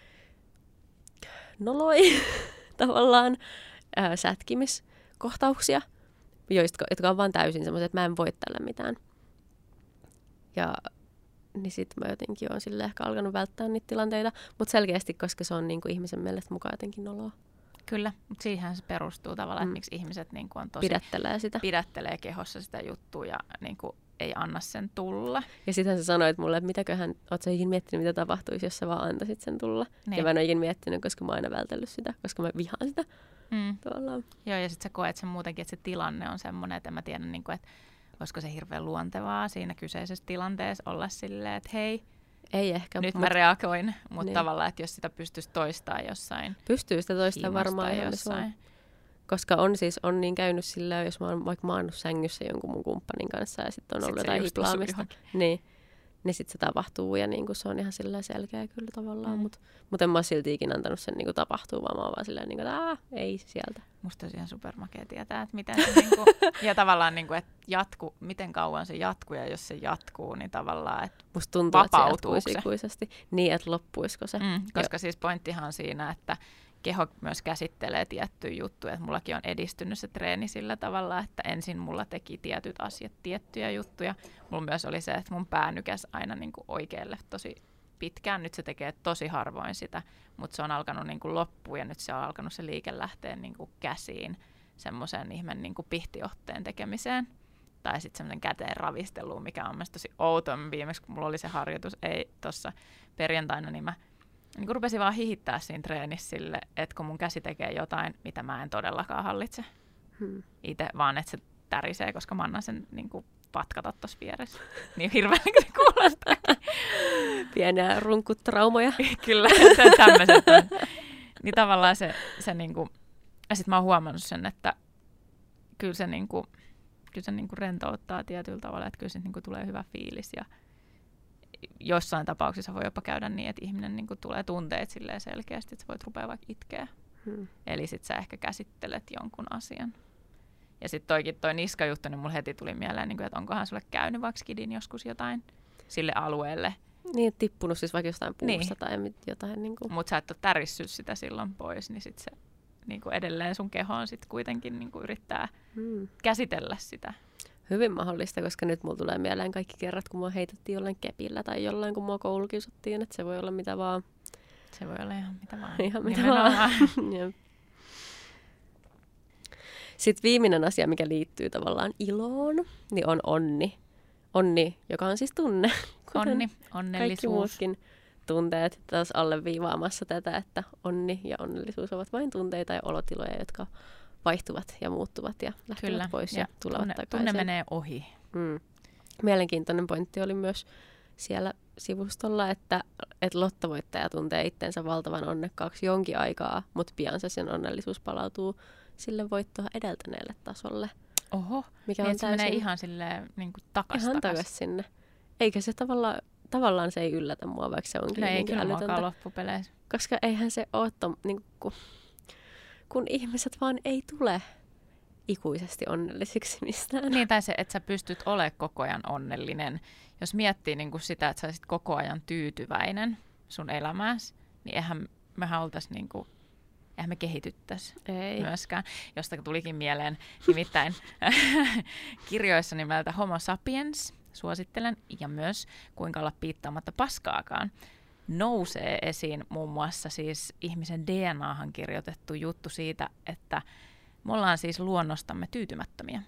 noloi tavallaan ää, sätkimiskohtauksia, joista, jotka on vaan täysin semmoisia, että mä en voi tällä mitään. Ja niin sitten mä jotenkin oon sille ehkä alkanut välttää niitä tilanteita, mutta selkeästi, koska se on niinku ihmisen mielestä mukaan jotenkin noloa. Kyllä, mutta siihen se perustuu tavallaan, mm. että miksi ihmiset niinku on tosi... Pidättelee sitä. Pidättelee kehossa sitä juttua ja niinku ei anna sen tulla. Ja sitten sä sanoit mulle, että mitäköhän, oot sä ikin miettinyt, mitä tapahtuisi, jos sä vaan antaisit sen tulla. Niin. Ja mä en ole ikin miettinyt, koska mä oon aina vältellyt sitä, koska mä vihaan sitä. Mm. Joo, ja sitten sä koet sen muutenkin, että se tilanne on semmoinen, että en mä tiedä, niinku, että olisiko se hirveän luontevaa siinä kyseisessä tilanteessa olla silleen, että hei, ei ehkä, nyt mut, mä reagoin, mutta niin. Tavallaan, että jos sitä pystyisi toistamaan jossain. Pystyy sitä toistamaan varmaan jossain. Koska on siis on niin käynyt sillä, jos mä oon vaikka maannut sängyssä jonkun mun kumppanin kanssa ja sitten on sit ollut jotain hiplaamista, niin, niin sitten se tapahtuu ja niin se on ihan sillä selkeä kyllä tavallaan, mm. mutta mut en mä silti ikinä antanut sen niin tapahtuu, vaan mä oon vaan silleen, niin kuin, että ei sieltä. Musta olisi ihan supermakea tietää, että miten se, niin kuin, ja tavallaan, niin kuin, että jatku, miten kauan se jatkuu ja jos se jatkuu, niin tavallaan, että musta tuntuu, että se jatkuisi ikuisesti. Niin, että loppuisiko se. Mm, koska jo. Siis pointtihan on siinä, että keho myös käsittelee tiettyjä juttuja. Että mullakin on edistynyt se treeni sillä tavalla, että ensin mulla teki tietyt asiat tiettyjä juttuja. Mulla myös oli se, että mun pää nykäsi aina niin kuin oikealle tosi pitkään. Nyt se tekee tosi harvoin sitä, mutta se on alkanut niin kuin loppuun ja nyt se on alkanut se liike lähteä niin kuin käsiin semmoisen ihmen niin kuin pihtiotteen tekemiseen. Tai sitten semmoisen käteen ravisteluun, mikä on mielestäni tosi outo. Viimeksi kun mulla oli se harjoitus, ei tuossa perjantaina, niin mä niin kun rupesin vaan hihittää siinä treenissä sille, että kun mun käsi tekee jotain, mitä mä en todellakaan hallitse hmm. itse, vaan että se tärisee, koska mä annan sen niin kuin patkata tuossa vieressä. Niin hirveän se kuulostaa. Pieniä runkkutraumoja. Kyllä, tämmöiset on. Niin tavallaan se, se niin kuin, ja sit mä oon huomannut sen, että kyllä se, niin kuin, kyllä se niin kuin rentouttaa tietyllä tavalla, että kyllä se niin kuin tulee hyvä fiilis ja jossain tapauksissa voi jopa käydä niin, että ihminen niin kuin tulee tunteet silleen selkeästi, että sä voit rupea vaikka itkeä. Hmm. Eli sit sä ehkä käsittelet jonkun asian. Ja sitten toikin toi niskajuttu, niin mulla heti tuli mieleen, niin kuin, että onkohan sulle käynyt vaikka skidin joskus jotain sille alueelle. Niin, tippunut siis vaikka jostain puusta Niin. tai mit- jotain. Niin kuin. Mutta sä et ole tärissyt sitä silloin pois, niin sit se niin kuin edelleen sun kehoon sit kuitenkin niin kuin yrittää Mm. käsitellä sitä. Hyvin mahdollista, koska nyt mulla tulee mieleen kaikki kerrat, kun mua heitettiin jollain kepillä tai jollain, kun mua koulukiusattiin, että se voi olla mitä vaan. Se voi olla ihan mitä vaan. Ihan mitä Nimenomaan. vaan. Jep. Sitten viimeinen asia, mikä liittyy tavallaan iloon, niin on onni. Onni, joka on siis tunne. kuten Onni, kaikki onnellisuus. muutkin tunteet. Taas alleviivaamassa tätä, että onni ja onnellisuus ovat vain tunteita ja olotiloja, jotka vaihtuvat ja muuttuvat ja lähtevät Kyllä. pois ja, Ja tulevat tunne, takaisin. tunne menee ohi. Mm. Mielenkiintoinen pointti oli myös siellä sivustolla, että, että lottovoittaja tuntee itsensä valtavan onnekkaaksi jonkin aikaa, mutta pian se sen onnellisuus palautuu sille voittoa edeltäneelle tasolle. Oho, Mikä niin on se menee ihan silleen niin kuin takas ihan takas. takas sinne. Eikä se tavallaan, tavallaan se ei yllätä mua, vaikka se onkin No ei niinkin kyllä älytöntä. muakaan loppupeleissä. Koska eihän se ole, tom, niin kun, kun ihmiset vaan ei tule ikuisesti onnellisiksi mistään. Niin, tai se, että sä pystyt olemaan koko ajan onnellinen. Jos miettii niin kuin sitä, että sä olisit koko ajan tyytyväinen sun elämääsi, niin eihän mehän oltaisi niin kuin, eihän me kehityttäisi Ei. myöskään. Josta tulikin mieleen nimittäin kirjoissa nimeltä Homo sapiens, suosittelen, ja myös Kuinka olla piittaamatta paskaakaan, nousee esiin muun muassa siis ihmisen D N A:han kirjoitettu juttu siitä, että me ollaan siis luonnostamme tyytymättömiä.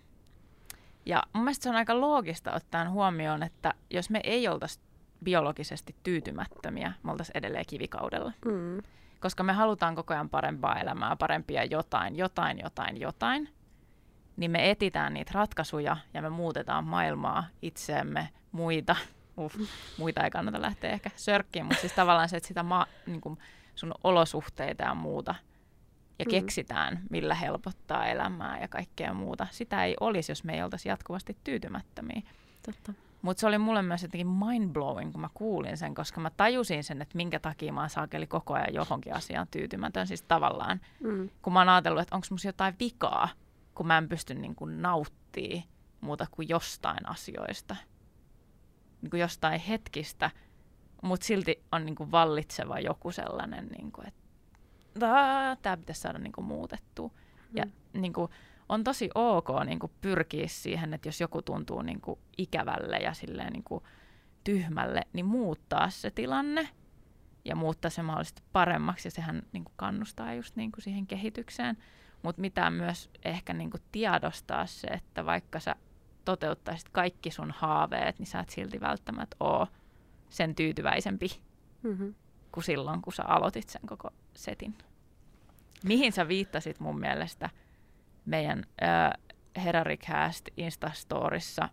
Ja mun mielestä se on aika loogista ottaen huomioon, että jos me ei oltaisi biologisesti tyytymättömiä, me oltaisiin edelleen kivikaudella. Mm. Koska me halutaan koko ajan parempaa elämää, parempia jotain, jotain, jotain, jotain, niin me etitään niitä ratkaisuja ja me muutetaan maailmaa, itseämme, muita. Uff, muita ei kannata lähteä ehkä sörkkiin, mutta siis tavallaan se, että sitä maa, niin kuin sun olosuhteita ja muuta, ja Mm. keksitään, millä helpottaa elämää ja kaikkea muuta. Sitä ei olisi, jos me ei oltaisi jatkuvasti tyytymättömiä. Totta. Mutta se oli mulle myös jotenkin mind-blowing, kun mä kuulin sen, koska mä tajusin sen, että minkä takia mä oon saakeli koko ajan johonkin asiaan tyytymätön. Siis tavallaan, Mm. kun mä oon ajatellut, että onko musta jotain vikaa, kun mä en pysty niin kuin nauttimaan muuta kuin jostain asioista. Niin kuin jostain hetkistä, mutta silti on niin kuin vallitseva joku sellainen, niin kuin, että tämä pitäisi saada niin kuin muutettua. Mm. Ja niin kuin, on tosi ok niin kuin pyrkiä siihen, että jos joku tuntuu niin kuin ikävälle ja silleen niin kuin tyhmälle, niin muuttaa se tilanne ja muuttaa se mahdollisesti paremmaksi. Ja sehän niin kuin kannustaa just niin kuin siihen kehitykseen. Mutta mitä myös ehkä niin kuin tiedostaa se, että vaikka sä toteuttaisit kaikki sun haaveet, niin sä et silti välttämättä ole sen tyytyväisempi Mm-hmm. kuin silloin, kun sä aloitit sen koko setin. Mihin sä viittasit mun mielestä meidän äh, Heraricast Instastorissa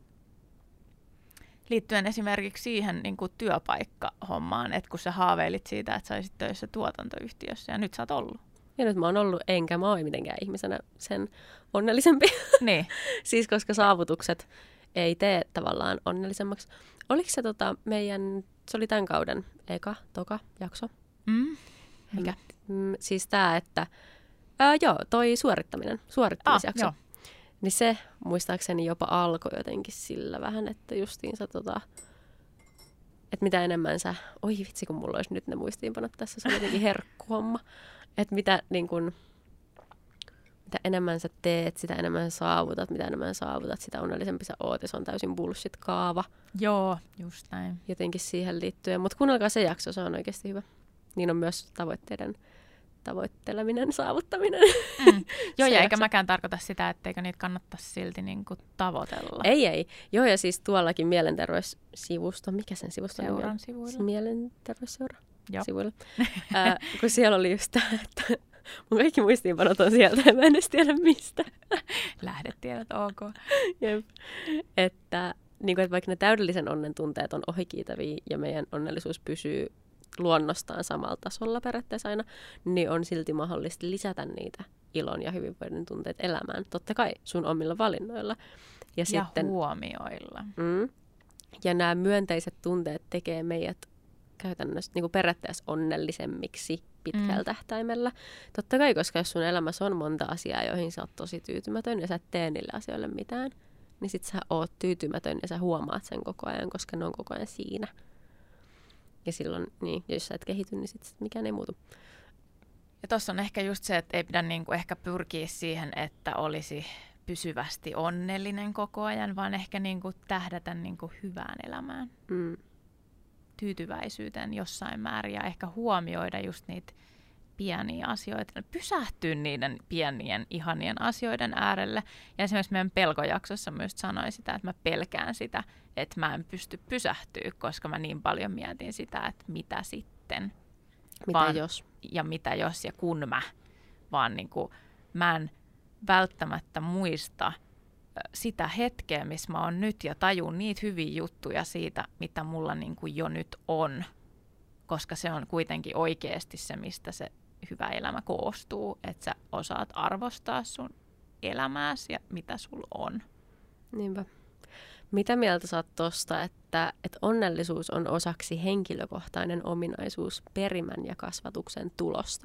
liittyen esimerkiksi siihen niin kuin työpaikkahommaan, että kun sä haaveilit siitä, että sä olisit töissä tuotantoyhtiössä ja nyt sä oot ollut. Ja nyt mä oon ollut, enkä mä ole mitenkään ihmisenä sen onnellisempi. Niin. Siis koska saavutukset ei tee tavallaan onnellisemmaksi. Oliko se tota meidän, se oli tämän kauden eka, toka jakso? Mm. Mikä? Mm, siis tää, että ää, joo, toi suorittaminen, suorittamisjakso. Ah, niin se muistaakseni jopa alkoi jotenkin sillä vähän, että justiinsa tota, että mitä enemmän sä, oi vitsi kun mulla olisi nyt ne muistiinpanot tässä, se on jotenkin herkkuhomma. Että mitä niin kun, mitä enemmän sä teet, sitä enemmän sä saavutat, mitä enemmän sä saavutat, sitä onnellisempi sä oot, ja se on täysin bullshit-kaava. Joo, just näin. Jotenkin siihen liittyen, mutta kuunnelkaa se jakso, se on oikeasti hyvä. Niin on myös tavoitteiden tavoitteleminen, saavuttaminen. Mm. Joo, Se ja eikä jakso. mäkään tarkoita sitä, etteikö niitä kannattaisi silti niinku tavoitella. Ei, ei. Joo, ja siis tuollakin mielenterveyssivusto, mikä sen sivusto nimi on? Seuran sivuilla. Mielenterveysseura Joo. sivuilla. Ää, kun siellä oli just tämä, että mun kaikki muistiinpanot on sieltä, ja mä en edes tiedä mistä. Lähdetiedot, ok. Jep. Että, niin kuin, että vaikka ne täydellisen onnen tunteet on ohikiitäviä ja meidän onnellisuus pysyy luonnostaan samalla tasolla periaatteessa aina, niin on silti mahdollista lisätä niitä ilon ja hyvinvoinnin tunteet elämään. Totta kai sun omilla valinnoilla. Ja, Ja sitten, huomioilla. mm, ja nämä myönteiset tunteet tekee meidät käytännössä niin kuin periaatteessa onnellisemmiksi pitkällä Mm. tähtäimellä. Totta kai, koska jos sun elämässä on monta asiaa, joihin sä oot tosi tyytymätön ja sä et tee niille asioille mitään, niin sit sä oot tyytymätön ja sä huomaat sen koko ajan, koska ne on koko ajan siinä. Ja silloin, niin, jos sä et kehity, niin sit mikään ei muutu. Ja tossa on ehkä just se, että ei pidä niinku ehkä pyrkiä siihen, että olisi pysyvästi onnellinen koko ajan, vaan ehkä niinku tähdätä niinku hyvään elämään. Mm. Tyytyväisyyteen jossain määrin ja ehkä huomioida just niitä pieniä asioita, pysähtyä niiden pienien, ihanien asioiden äärelle. Ja esimerkiksi meidän pelkojaksossa myös sanoin sitä, että mä pelkään sitä, että mä en pysty pysähtyä, koska mä niin paljon mietin sitä, että mitä sitten. Mitä vaan, jos? Ja mitä jos ja kun mä. Vaan niin kuin, mä en välttämättä muista sitä hetkeä, missä mä oon nyt ja tajun niitä hyviä juttuja siitä, mitä mulla niin kuin jo nyt on. Koska se on kuitenkin oikeasti se, mistä se hyvä elämä koostuu, että sä osaat arvostaa sun elämääsi ja mitä sulla on. Niinpä. Mitä mieltä sä oot tosta, että, että onnellisuus on osaksi henkilökohtainen ominaisuus perimän ja kasvatuksen tulosta?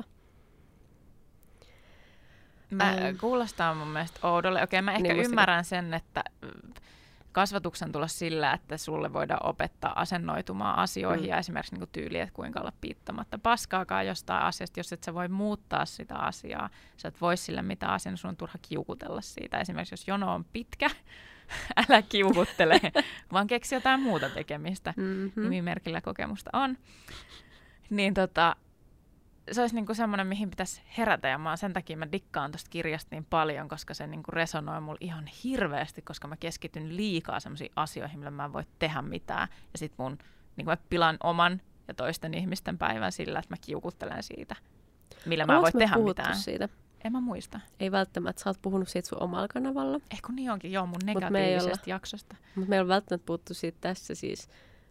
Mä, ähm. Kuulostaa mun mielestä oudolle. Okei, mä ehkä niin ymmärrän sen, että kasvatuksen tulos sillä, että sulle voidaan opettaa asennoitumaan asioihin mm. ja esimerkiksi niin kuin tyyli, että kuinka olla piittamatta paskaakaan jostain asiasta, jos et sä voi muuttaa sitä asiaa, sä et voi sillä mitä asiaa, niin sun on turha kiukutella siitä. Esimerkiksi jos jono on pitkä, älä kiukuttele, vaan keksi jotain muuta tekemistä. Mm-hmm. Nimimerkillä kokemusta on. Niin tota, se olisi niinku semmoinen, mihin pitäisi herätä, ja mä sen takia mä dikkaan tuosta kirjasta niin paljon, koska se niinku resonoi mulle ihan hirveästi, koska mä keskityn liikaa semmoisiin asioihin, millä mä en voi tehdä mitään. Ja sit mun, niinku mä pilan oman ja toisten ihmisten päivän sillä, että mä kiukuttelen siitä, millä mä en voi tehdä mitään. Siitä? En mä muista. Ei välttämättä. Sä oot puhunut siitä sun omalla kanavalla. Eh kun niin onkin, joo, mun negatiivisesta me jaksosta. Mutta me ei ole välttämättä puhuttu siitä tässä siis.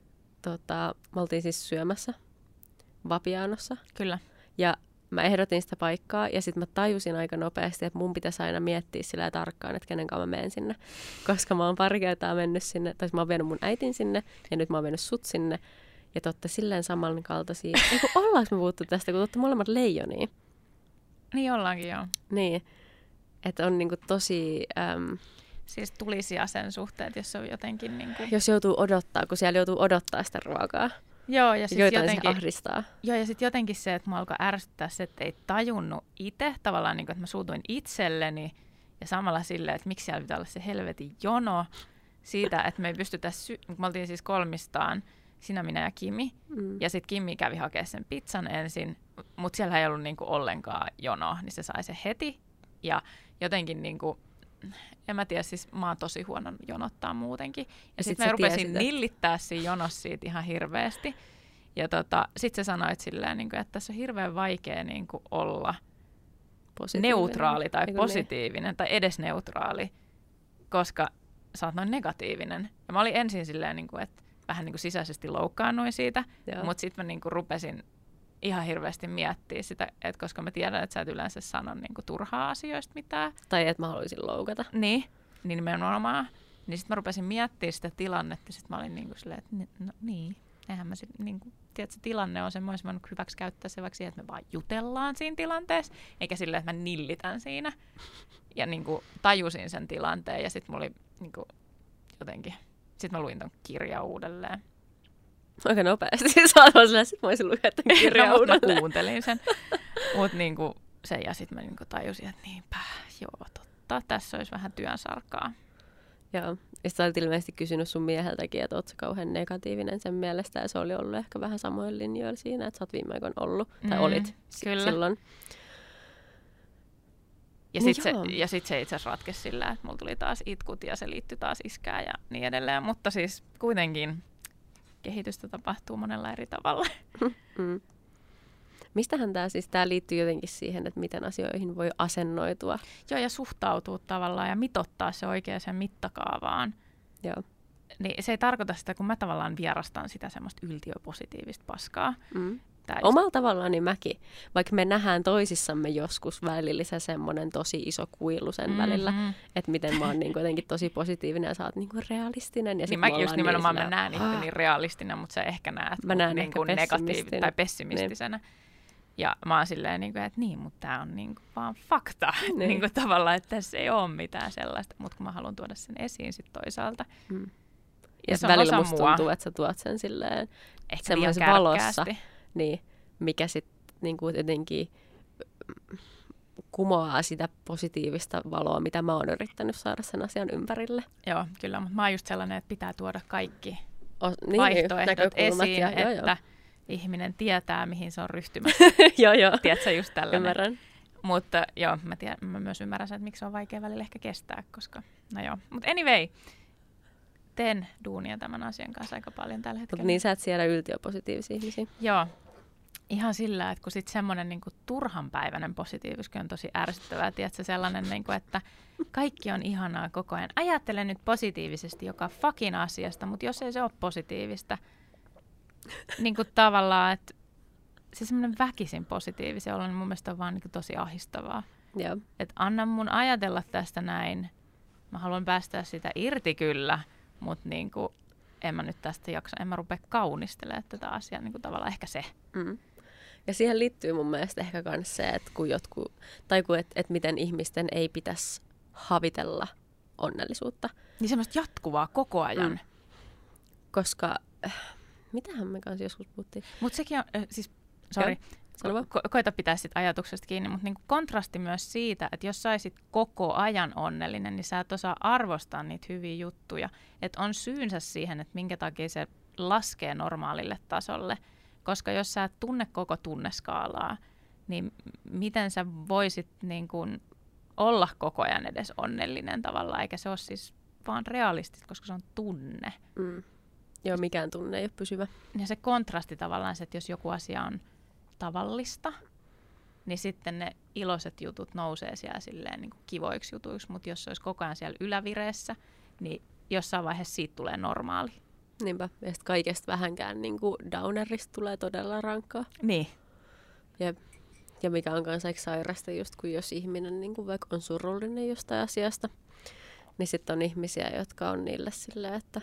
Tota, me oltiin siis syömässä Vapianossa. Kyllä. Ja mä ehdotin sitä paikkaa ja sitten mä tajusin aika nopeasti, että mun pitäisi aina miettiä sillä tarkkaan, että kenen kanssa mä menen sinne. Koska mä oon pari kertaa mennyt sinne, tai mä oon vienyt mun äitin sinne ja nyt mä oon vienyt sut sinne. Ja totta silleen samankaltaisia. Eiku ollaanko me puhuttu tästä, kun totta molemmat leijonia. Niin ollaankin, joo. Niin, että on niinku tosi... Äm, siis tulisia sen suhteen, jos se on jotenkin niinku... Jos joutuu odottaa, kun siellä joutuu odottaa sitä ruokaa. Joo, ja sitten jotenkin se ahdistaa. Joo, ja sitten jotenkin se, että mä alkoi ärsyttää se, että ei tajunnut itse, tavallaan niin kuin, että mä suutuin itselleni, ja samalla silleen, että miksi siellä pitää olla se helvetin jono siitä, että me ei pystytä, sy- me oltiin siis kolmistaan, sinä, minä ja Kimi, mm. ja sitten Kimi kävi hakemaan sen pizzan ensin, mutta siellä ei ollut niin kuin ollenkaan jonoa, niin se sai se heti, ja jotenkin niin kuin, en mä tiedä, siis mä oon tosi huono jonottaa muutenkin. Ja, ja sitten sit mä rupesin tiesit, nillittää siinä jonossa siitä ihan hirveästi. Ja tota, sitten sä sanoit silleen, niin kuin, että tässä on hirveän vaikea niin kuin olla neutraali tai Eiku positiivinen niin. Tai edes neutraali, koska sä oot noin negatiivinen. Ja mä olin ensin silleen, niin kuin, että vähän niin kuin sisäisesti loukkaannuin siitä, mutta sitten mä niin kuin rupesin ihan hirveästi miettiä sitä, että koska mä tiedän, että sä et yleensä sano niinku turhaa asioista mitään. Tai että mä haluaisin loukata. Niin, niin nimenomaan. Niin sit mä rupesin miettimään sitä tilannetta, sit mä olin niinku silleen, että no niin, eihän mä sit, niinku, tiedät, se tilanne on semmoinen, että mä hyväksi käyttää se vaikka siihen, että me vaan jutellaan siinä tilanteessa, eikä silleen, että mä nillitän siinä. Ja niinku tajusin sen tilanteen, ja sit mulla oli niinku jotenkin, sit mä luin ton kirjan uudelleen. Aika nopeasti. Sä oot vaan silleen, sit mä voisin lukea tämän kirjan no, uudelleen. Mä kuuntelin sen. Mutta niinku sen ja sitten mä niinku tajusin, että niinpä, joo totta, tässä olisi vähän työn sarkaa. Joo. Ja sä olet ilmeisesti kysynyt sun mieheltäkin, että oot sä kauhean negatiivinen sen mielestä. Ja se oli ollut ehkä vähän samoin linjoilla siinä, että sä oot viime aikoina ollut. Tai mm, olit kyllä. silloin. Ja sitten se, sit se itse asiassa ratkesi sillä, että mulla tuli taas itkut ja se liittyi taas iskään ja niin edelleen. Mutta siis kuitenkin kehitystä tapahtuu monella eri tavalla. Mm. Mistähän tämä siis, tämä liittyy jotenkin siihen, että miten asioihin voi asennoitua. Joo, ja suhtautua tavallaan ja mitottaa se oikeaan mittakaavaan. Joo. Niin se ei tarkoita sitä, kun mä tavallaan vierastan sitä semmoista yltiöpositiivista paskaa. Mm. Omalla tavallaan niin mäkin, vaikka me nähdään toisissamme joskus välillä se semmoinen tosi iso kuilu sen mm-hmm. välillä, että miten mä oon niin jotenkin tosi positiivinen ja sä oot niin realistinen. Ja niin mäkin just nimenomaan niin mä näen itse niin realistinen, mutta sä ehkä näet mä näen niin ehkä negatiivinen tai pessimistisenä. Ja mä oon silleen, niin kuin, että niin, mutta tää on niin kuin, vaan fakta. Niin. niin kuin, tavallaan, että tässä ei ole mitään sellaista, mutta kun mä haluan tuoda sen esiin sit toisaalta. Mm. Ja, ja se on välillä osa musta mua. tuntuu, että sä tuot sen silleen Ehkä semmoisessa liian valossa, kärkkäästi. niin, mikä sitten niinku jotenkin kumoaa sitä positiivista valoa, mitä mä oon yrittänyt saada sen asian ympärille. Joo, kyllä, mutta mä oon just sellainen, että pitää tuoda kaikki O, niin, vaihtoehdot näkökulmat esiin, ja, että joo, joo. ihminen tietää, mihin se on ryhtymässä. joo, joo. Tiedätkö, just tällainen. Ymmärrän. Mutta joo, mä, tiedän, mä myös ymmärrän sen, että miksi se on vaikea välillä ehkä kestää, koska, no joo. Mutta anyway, teen duunia tämän asian kanssa aika paljon tällä hetkellä. Mutta niin sä et siedä yltiöpositiivisia ihmisiä. Joo, ihan sillä, että kun sit semmoinen niinku turhanpäiväinen positiivisuus on tosi ärsyttävää, tiedätkö, sellainen, niinku, että kaikki on ihanaa koko ajan. Ajattele nyt positiivisesti joka fucking asiasta, mutta jos ei se ole positiivista, niin kuin tavallaan, että se semmoinen väkisin positiivisen olo, niin mun mielestä on vaan niin tosi ahdistavaa. Joo. Että anna mun ajatella tästä näin. Mä haluan päästää sitä irti kyllä, mutta niin kuin, en mä nyt tästä jaksa, en mä rupea kaunistelemaan tätä asiaa niin kuin tavallaan ehkä se. Mm. Ja siihen liittyy mun mielestä ehkä myös se, että kun jotkut, tai kun, et, et miten ihmisten ei pitäisi havitella onnellisuutta. Niin semmoista jatkuvaa koko ajan. Mm. Koska, äh, mitähän me kanssa joskus puhuttiin? Mutta sekin on, äh, siis, sori, ko- koita pitää sit ajatuksesta kiinni, mutta niinku kontrasti myös siitä, että jos saisit koko ajan onnellinen, niin sä et osaa arvostaa niitä hyviä juttuja. Että on syynsä siihen, että minkä takia se laskee normaalille tasolle. Koska jos sä et tunne koko tunneskaalaa, niin miten sä voisit niin kun olla koko ajan edes onnellinen tavallaan, eikä se ole siis vaan realistista, koska se on tunne. Mm. Joo, mikään tunne ei ole pysyvä. Ja se kontrasti tavallaan se, että jos joku asia on tavallista, niin sitten ne iloiset jutut nousee siellä silleen niin kuin kivoiksi jutuiksi, mutta jos se olisi koko ajan siellä ylävireessä, niin jossain vaiheessa siitä tulee normaali. Niinpä, ja sitten kaikesta vähänkään niin kuin downerista tulee todella rankkaa. Niin. Ja, ja mikä on kanssa sairasta, just kun jos ihminen niin kuin vaikka on surullinen jostain asiasta, niin sitten on ihmisiä, jotka on niille silleen, että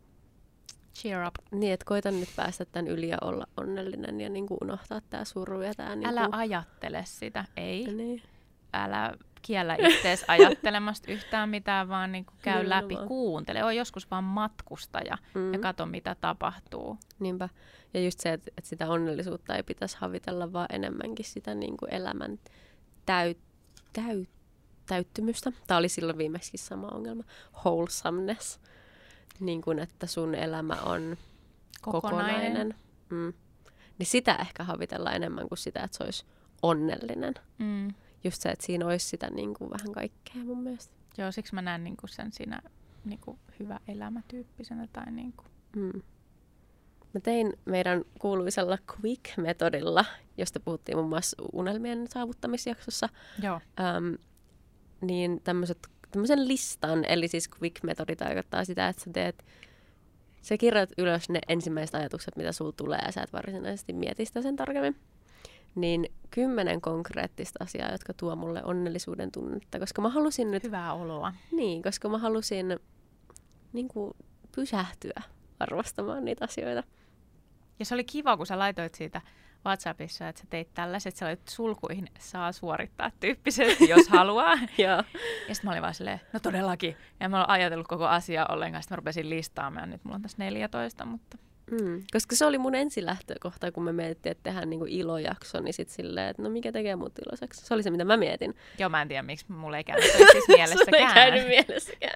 cheer up. Niin, että koitan nyt päästä tämän yli ja olla onnellinen ja niin kuin unohtaa tämä suru ja tämä... Niin Älä kuin... ajattele sitä, ei. Niin. Älä kiellä itseäsi ajattelemasta yhtään mitään, vaan niin kuin käy Niin, läpi, vaan. kuuntele. Ole joskus vaan matkustaja Mm. ja katso, mitä tapahtuu. Niinpä. Ja just se, että, että sitä onnellisuutta ei pitäisi havitella, vaan enemmänkin sitä niin kuin elämän täyt, täyt, täyttymystä. Tämä oli silloin viimeksi sama ongelma. Wholesomeness. Niin kuin, että sun elämä on kokonainen. Kokonainen. Mm. Niin sitä ehkä havitellaan enemmän kuin sitä, että se olisi onnellinen. Mm. Just se, että siinä olisi sitä niin kuin vähän kaikkea mun mielestä. Joo, siksi mä näen niinku sen siinä niinku hyvä elämätyyppisenä. Tai niinku. Mm. Mä tein meidän kuuluisella Quick-metodilla, josta puhuttiin muun muassa unelmien saavuttamisjaksossa, Joo. äm, niin tämmöisen listan, eli siis Quick-metodi tarkoittaa sitä, että sä teet, sä kirjoitat ylös ne ensimmäiset ajatukset, mitä sulla tulee, ja sä et varsinaisesti mieti sitä sen tarkemmin. Niin kymmenen konkreettista asiaa, jotka tuo mulle onnellisuuden tunnetta, koska mä halusin nyt... Hyvää oloa. Niin, koska mä halusin niin kuin, pysähtyä arvostamaan niitä asioita. Ja se oli kiva, kun sä laitoit siitä WhatsAppissa, että sä teit tällaiset, sä laitat sulkuihin, saa suorittaa tyyppisesti, jos haluaa. Joo. Ja sitten mä olin vaan silleen, no todellakin. Ja mä olen ajatellut koko asiaa ollenkaan, sitten mä rupesin listaamaan. Nyt mulla on tässä neljätoista, mutta... Mm. Koska se oli mun ensilähtökohta, kun me mietittiin, että tehdään niinku ilojakso, niin sitten silleen, että no mikä tekee mut iloiseksi. Se oli se, mitä mä mietin. Joo, mä en tiedä, miksi mulla ei käynyt toi siis mielessäkään. Sulla ei käynyt mielessäkään.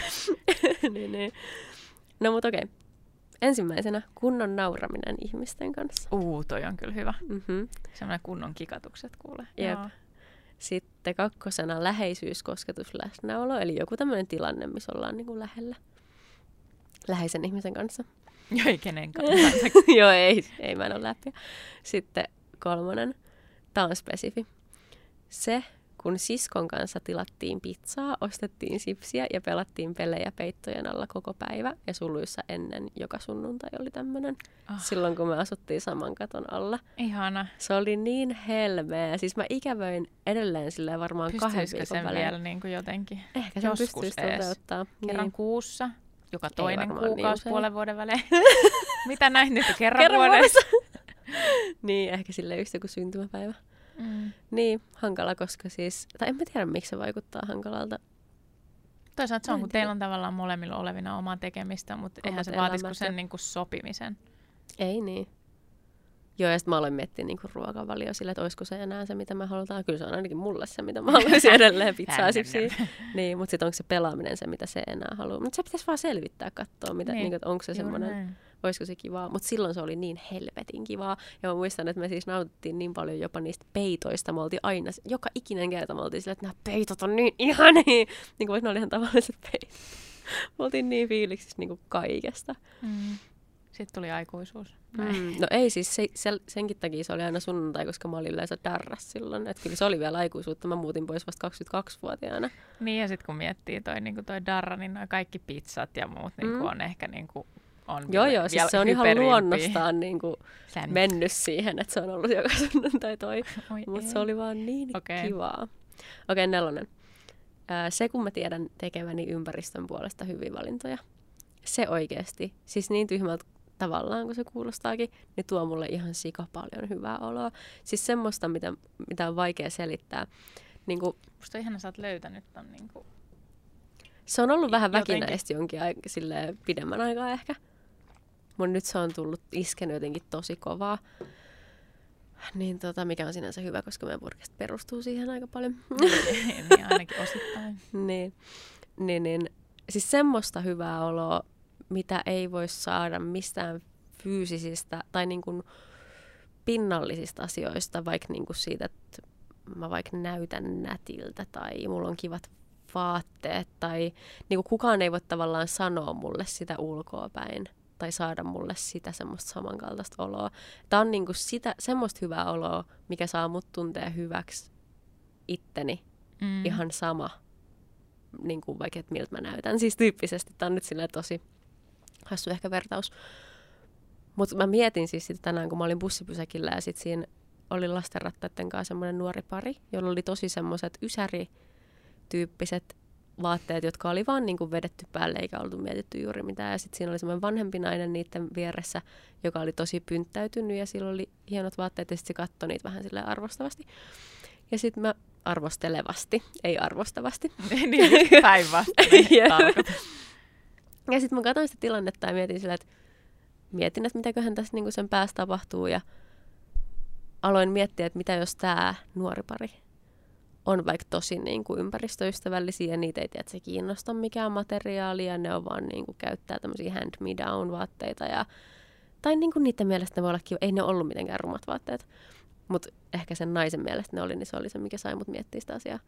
niin, niin. No mut okei. Ensimmäisenä kunnon nauraminen ihmisten kanssa. Uu, toi on kyllä hyvä. Mm-hmm. Sellainen kunnon kikatukset kuulee. Jep. Joo. Sitten kakkosena läheisyys, kosketus, läsnäolo. Eli joku tämmöinen tilanne, missä ollaan niinku lähellä. Läheisen ihmisen kanssa. Joo, ei kenenkään. Joo, ei, ei mä en ole läpi. Sitten kolmonen. Tämä on spesifi. Se, kun siskon kanssa tilattiin pizzaa, ostettiin sipsiä ja pelattiin pelejä peittojen alla koko päivä. Ja suluissa ennen joka sunnuntai oli tämmöinen. Oh. Silloin, kun me asuttiin saman katon alla. Ihana. Se oli niin helmeä. Siis mä ikävöin edelleen silleen varmaan kahden Pystyisikö viikon sen välein. vielä niin kuin jotenkin? Ehkä sen joskus pystyisi ees. toteuttaa. Kerran Niin. kuussa, joka toinen varmaan niin kuukausi usein. puolen vuoden välein. Mitä näin nyt kerran, Kerran vuodessa? Niin, ehkä sille just joku syntymäpäivä. Mm. Niin, hankala, koska siis, tai en mä tiedä miksi se vaikuttaa hankalalta. Toisaalta se on, kun teillä on tavallaan molemmilla olevina omaa tekemistä, mutta eihän se vaatisi kuin sen niin kuin sopimisen. Ei niin. Joo, ja sitten mä aloin miettiä niinku ruokavalio sillä, että olisiko se enää se, mitä me halutaan. Kyllä se on ainakin mulle se, mitä mä haluaisin edelleen pizzaa sipsiä. Niin, mutta sitten onko se pelaaminen se, mitä se enää haluaa. Mutta se pitäisi vaan selvittää, katsoa, mitä, niin. Niin, että onko se semmoinen, olisiko se kivaa. Mutta silloin se oli niin helvetin kivaa. Ja mä muistan, että me siis nautittiin niin paljon jopa niistä peitoista. Me oltiin aina, joka ikinen kerta me oltiin sillä, että nämä peitot on niin ihania. Niin kuin vaikka ne oli ihan tavalliset peitot. Me oltiin niin fiiliksissä niin kuin kaikesta. Mm. Sitten tuli aikuisuus. Mm, no ei siis, se, se, senkin takia se oli aina sunnuntai, koska mä olin yleensä darras silloin. Että kyllä se oli vielä aikuisuutta, mä muutin pois vasta kaksikymmentäkaksivuotiaana. Niin ja sitten kun miettii toi, niin toi darra, niin noi kaikki pizzat ja muut niin mm. on ehkä niin kuin, on Joo vielä, joo, siis se on ihan luonnostaan niin kuin mennyt siihen, että se on ollut joka sunnuntai toi. Mutta se oli vaan niin okay. Kivaa. Okei, okay, nelonen. Äh, se kun mä tiedän tekeväni ympäristön puolesta hyviä valintoja. Se oikeasti, siis niin tyhmältä tavallaan, kun se kuulostaakin, niin tuo mulle ihan sika paljon hyvää oloa. Siis semmoista, mitä, mitä on vaikea selittää. Niin kuin, musta on ihana, sä oot löytänyt ton niin kuin... Se on ollut vähän väkinäistä jonkin aika, silleen, pidemmän aikaa ehkä. Mutta nyt se on tullut iskenyt jotenkin tosi kovaa. Niin tota, mikä on sinänsä hyvä, koska meidän podcast perustuu siihen aika paljon. Niin, ainakin osittain. niin, niin, niin. Siis semmoista hyvää oloa, mitä ei voi saada mistään fyysisistä tai niin kuin pinnallisista asioista, vaikka niin kuin siitä, että mä vaikka näytän nätiltä tai mulla on kivat vaatteet tai niin kuin kukaan ei voi tavallaan sanoa mulle sitä ulkoa päin tai saada mulle sitä semmoista samankaltaista oloa. Tämä on niin kuin sitä, semmoista hyvää oloa, mikä saa mut tuntea hyväksi itteni mm. ihan sama, niin kuin vaikka, että miltä mä näytän. Siis tyyppisesti tämä on nyt silleen tosi hassu ehkä vertaus. Mutta mä mietin siis sitä tänään, kun mä olin bussipysäkillä ja sitten siinä oli lastenrattaiden kanssa semmoinen nuori pari, jolla oli tosi semmoiset ysäri-tyyppiset vaatteet, jotka oli vaan niinku vedetty päälle eikä oltu mietitty juuri mitään. Ja sitten siinä oli semmoinen vanhempi nainen niiden vieressä, joka oli tosi pynttäytynyt ja sillä oli hienot vaatteet ja sitten se katsoi niitä vähän silleen arvostavasti. Ja sitten mä arvostelevasti, ei arvostavasti. Niin, päinvastoin tarkoitus. Ja sitten mä katsoin sitä tilannetta ja mietin sillä, että mietin, että mitäköhän tässä niinku sen päässä tapahtuu ja aloin miettiä, että mitä jos tämä nuori pari on vaikka tosi niinku ympäristöystävällisiä ja niitä ei tiedä, että se kiinnosta mikään materiaali ja ne on vaan niinku käyttää tämmöisiä hand-me-down vaatteita ja tai niinku niiden mielestä ne voi olla kiva, ei ne ollut mitenkään rumat vaatteet, mutta ehkä sen naisen mielestä ne oli, niin se oli se, mikä sai mut miettiä sitä asiaa.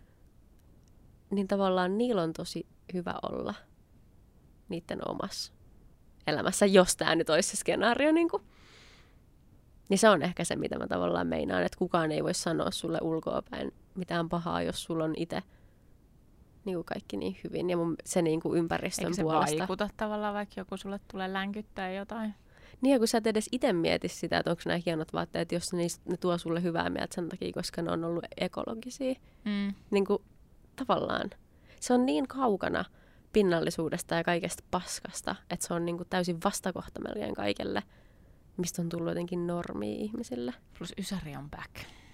Niin tavallaan niillä on tosi hyvä olla niiden omassa elämässä, jos tämä nyt olisi se skenaario. Niin, niin se on ehkä se, mitä mä tavallaan meinaan, että kukaan ei voi sanoa sulle ulkoapäin mitään pahaa, jos sulla on itse niin kaikki niin hyvin. Ja mun, se niin kuin ympäristön eikö se puolesta. Eikö se vaikuta tavallaan, vaikka joku sulle tulee länkyttää jotain? Niin, ja kun sä et edes itse mieti sitä, että onko nämä hienot vaatteet, jos ne, ne tuo sulle hyvää mieltä sen takia, koska ne on ollut ekologisia. Mm. Niin kuin tavallaan. Se on niin kaukana pinnallisuudesta ja kaikesta paskasta, että se on niin kuin täysin vastakohta melkein kaikelle, mistä on tullut jotenkin normia ihmisille. Plus ysäri on back.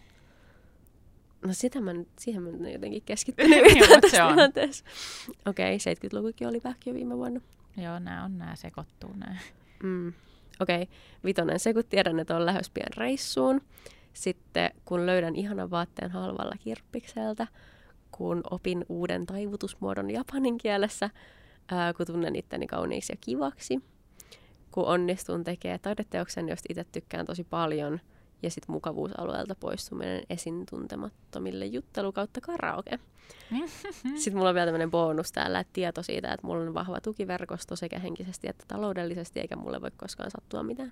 No sitä mä nyt, siihen mä nyt jotenkin keskittynyt yhtään tässä tilanteessa. Okei, okay, seitsemänkymmentälukukin oli back jo viime vuonna. Joo, nää on, nää sekoittuu nää. Mm. Okei, okay. Vitonen se, kun tiedän, että on lähes pian reissuun. Sitten kun löydän ihanan vaatteen halvalla kirppikseltä, kun opin uuden taivutusmuodon japanin kielessä, ää, kun tunnen itteni kauniiksi ja kivaksi, kun onnistun tekemään taideteoksen, josta itse tykkään tosi paljon, ja sitten mukavuusalueelta poistuminen esiin tuntemattomille juttelu kautta karaoke. Sitten mulla on vielä tämmöinen bonus täällä, että tieto siitä, että mulla on vahva tukiverkosto sekä henkisesti että taloudellisesti, eikä mulle voi koskaan sattua mitään.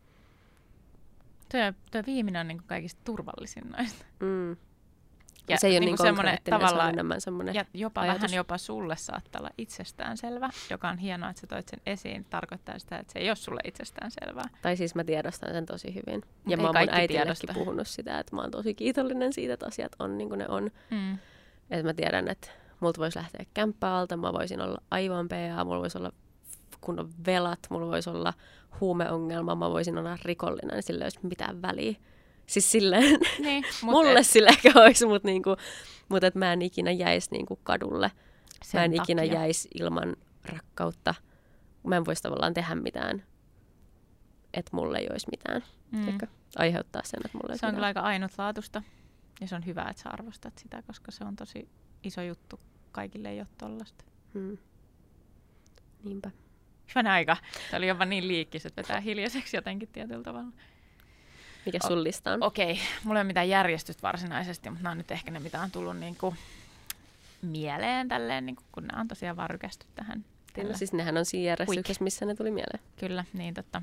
Tuo, tuo viimeinen on niin kuin kaikista turvallisin noista. Mm. Ja se ei ole niin, niin konkreettinen, se on enemmän semmoinen ja jopa ajatus. Vähän jopa sulle saattaa olla itsestäänselvä, joka on hienoa, että sä toit sen esiin. Tarkoittaa sitä, että se ei ole sulle itsestäänselvää. Tai siis mä tiedostan sen tosi hyvin. Mut ja mä oon mun äitillekin puhunut sitä, että mä oon tosi kiitollinen siitä, että asiat on niin kuin ne on. Mm. Että mä tiedän, että multa voisi lähteä kämppää alta, mä voisin olla aivan P A, mulla voisi olla kunnon velat, mulla voisi olla huumeongelma, mä voisin olla rikollinen, niin sillä ei olisi mitään väliä. Siis silleen, niin, mulle et... sillä ehkä olisi, mutta niinku, mut et mä en ikinä jäisi niinku kadulle. Sen mä en takia. ikinä jäisi ilman rakkautta. Mä en voisi tavallaan tehdä mitään, että mulle ei olisi mitään. Mm. Aiheuttaa sen, että mulle ei Se on mitään. kyllä aika ainutlaatuista. Ja se on hyvä, että sä arvostat sitä, koska se on tosi iso juttu. Kaikille ei ole tollaista. Hmm. Niinpä. Hyvänä aika. Se oli jopa niin liikkis, että vetää hiljaiseksi jotenkin tietyllä tavalla. Mikä sun lista on? Okei, okay. Mulla ei ole mitään järjestystä varsinaisesti, mutta nämä on nyt ehkä ne, mitä on tullut niinku mieleen tälleen, niinku, kun nämä on tosiaan vaan rykästy tähän. Kyllä, siis nehän on siinä järjestyksessä, missä ne tuli mieleen. Kyllä, niin totta.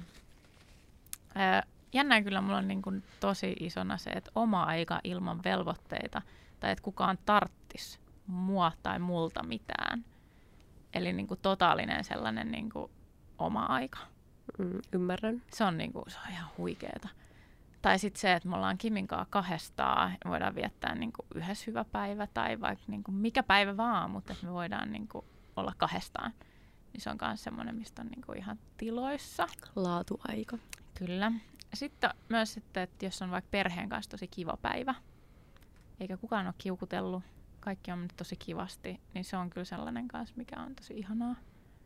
Öö, jännää kyllä mulla on niinku tosi isona se, että oma aika ilman velvoitteita, tai että kukaan tarttis mua tai multa mitään. Eli niinku totaalinen sellainen niinku oma aika. Mm, ymmärrän. Se on, niinku, se on ihan huikeeta. Tai sitten se, että me ollaan Kimin kanssa kahdestaan ja voidaan viettää niinku yhdessä hyvä päivä tai vaikka niinku mikä päivä vaan, mutta että me voidaan niinku olla kahdestaan. Niin se on myös semmoinen, mistä on niinku ihan tiloissa. Laatuaika. Kyllä. Sitten myös sitten, että jos on vaikka perheen kanssa tosi kiva päivä, eikä kukaan ole kiukutellut, kaikki on mennyt tosi kivasti, niin se on kyllä sellainen kanssa, mikä on tosi ihanaa.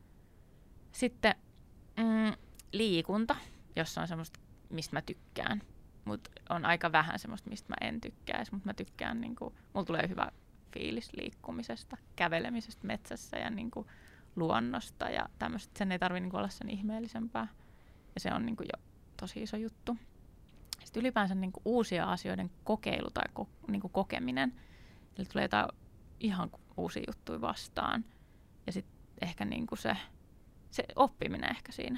Sitten mm, liikunta, jos on semmoista, mistä mä tykkään. Mutta on aika vähän semmoista, mistä mä en tykkäisi, mutta mä tykkään, niinku, mulla tulee hyvä fiilis liikkumisesta, kävelemisestä metsässä ja niinku, luonnosta ja tämmöistä. Sen ei tarvitse niinku, olla sen ihmeellisempää. Ja se on niinku, jo tosi iso juttu. Sitten ylipäänsä niinku, uusia asioiden kokeilu tai ko, niinku, kokeminen. Eli tulee jotain ihan uusia juttuja vastaan. Ja sitten ehkä niinku, se, se oppiminen ehkä siinä.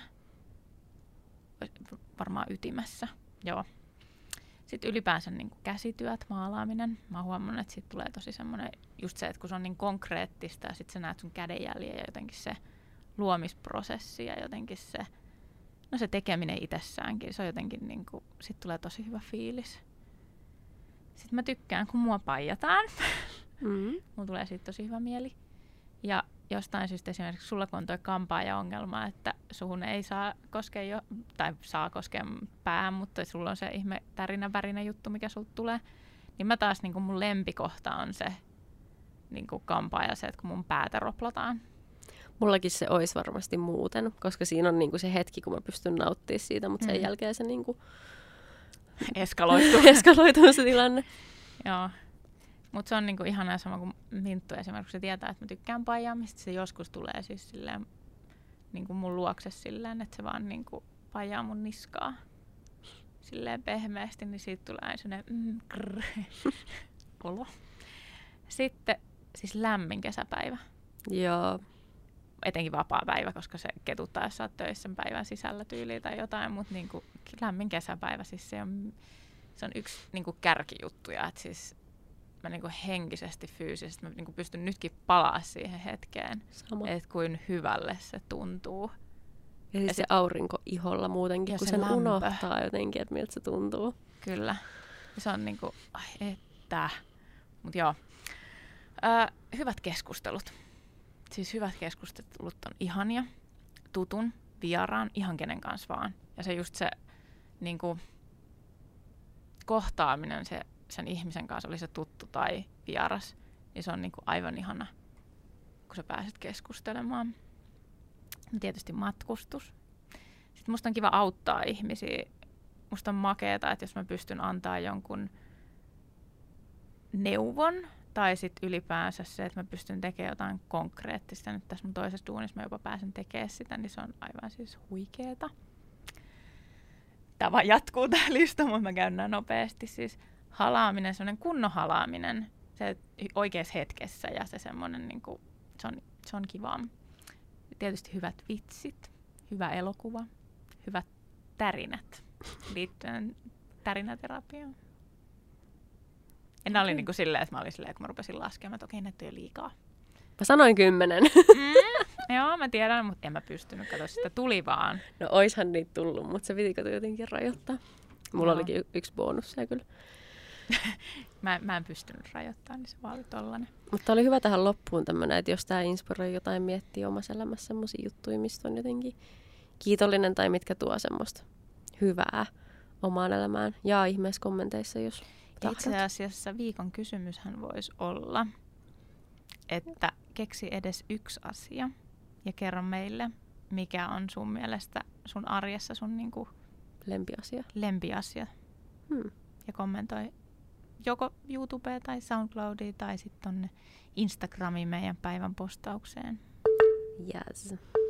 Varmaan ytimessä. Joo. Sitten ylipäänsä niin kuin käsityöt, maalaaminen. Mä oon huomannut, että siitä tulee tosi semmoinen, just se, että kun se on niin konkreettista ja sitten sä näet sun kädenjäljen ja jotenkin se luomisprosessi ja jotenkin se, no se tekeminen itsessäänkin, se on jotenkin niin kuin, sit tulee tosi hyvä fiilis. Sitten mä tykkään, kun mua paijataan. Mm-hmm. Mulla tulee siitä tosi hyvä mieli. Ja jostain syystä esimerkiksi sulla kun on toi kampaaja-ongelma, että suhun ei saa koskea jo, tai saa koskea päähän, mutta sulla on se ihme tärinä värinä juttu, mikä sulta tulee. Niin mä taas niin kun mun lempikohta on se niin kun kampaaja, se, että kun mun päätä roplataan. Mullakin se olisi varmasti muuten, koska siinä on niin kun se hetki, kun mä pystyn nauttimaan siitä, mutta sen mm. jälkeen se niin kun eskaloituu. eskaloituu se tilanne. Joo. Mutta se on niinku ihanaa sama kuin Minttu esimerkiksi, kun se tietää, että mä tykkään paijaamista. Se joskus tulee siis silleen, niinku mun luokse silleen, että se vaan niinku paijaa mun niskaa silleen pehmeästi, niin siitä tulee sellainen mm, krrr, olo. Sitten siis lämmin kesäpäivä. Joo. Etenkin vapaa päivä, koska se ketuttaa, jos sä oot töissä sen päivän sisällä tyyliin tai jotain, mutta niinku lämmin kesäpäivä, siis se on, se on yksi niinku kärkijuttuja, että siis mä niinku henkisesti, fyysisesti, mä niinku pystyn nytkin palaa siihen hetkeen, että kuin hyvälle se tuntuu. Ja, siis ja se aurinko iholla muutenkin, kun se sen lämpö unohtaa jotenkin, että miltä se tuntuu. Kyllä. Ja se on niinku, ai että. Mut joo. Ö, hyvät keskustelut. Siis hyvät keskustelut on ihania. Tutun, vieraan, ihan kenen kanssa vaan. Ja se just se niinku kohtaaminen, se sen ihmisen kanssa, oli se tuttu tai vieras, niin se on niinku aivan ihana, kun sä pääset keskustelemaan. Ja tietysti matkustus. Sitten musta on kiva auttaa ihmisiä. Musta on makeeta, että jos mä pystyn antaa jonkun neuvon, tai sitten ylipäänsä se, että mä pystyn tekemään jotain konkreettista. Nyt tässä mun toisessa duunissa mä jopa pääsen tekemään sitä, niin se on aivan siis huikeeta. Tämä vaan jatkuu tää lista, mutta mä käyn näin nopeasti. Siis halaaminen, semmoinen kunnon halaaminen, se oikeassa hetkessä ja se semmoinen, niin kuin, se, on, se on kivaa. Tietysti hyvät vitsit, hyvä elokuva, hyvät tärinät liittyen tärinäterapiaan. Ja nämä oli niin kuin silleen, että mä olin silleen, kun mä rupesin laskemaan, että okei, näitä on jo liikaa. Mä sanoin kymmenen. Mm, joo, mä tiedän, mutta en mä pystynyt, kato, sitä tuli vaan. No oishan niitä tullut, mutta se piti jotenkin rajoittaa. Mulla no. olikin y- yksi bonus se kyllä. mä, mä en pystynyt rajoittamaan, niin se vaan oli tollanen. Mutta oli hyvä tähän loppuun tämmöinen, että jos tämä inspiroi jotain miettiä omassa elämässä semmoisia juttuja, mistä on jotenkin kiitollinen tai mitkä tuo semmoista hyvää omaan elämään. Jaa ihmeessä kommenteissa, jos tahdot. Itse asiassa viikon kysymyshän voisi olla, että keksi edes yksi asia ja kerro meille, mikä on sun mielestä sun arjessa sun niinku lempiasia. lempiasia. Hmm. Ja kommentoi joko YouTubea tai SoundCloudia tai sitten tonne Instagramiin meidän päivän postaukseen. Yes.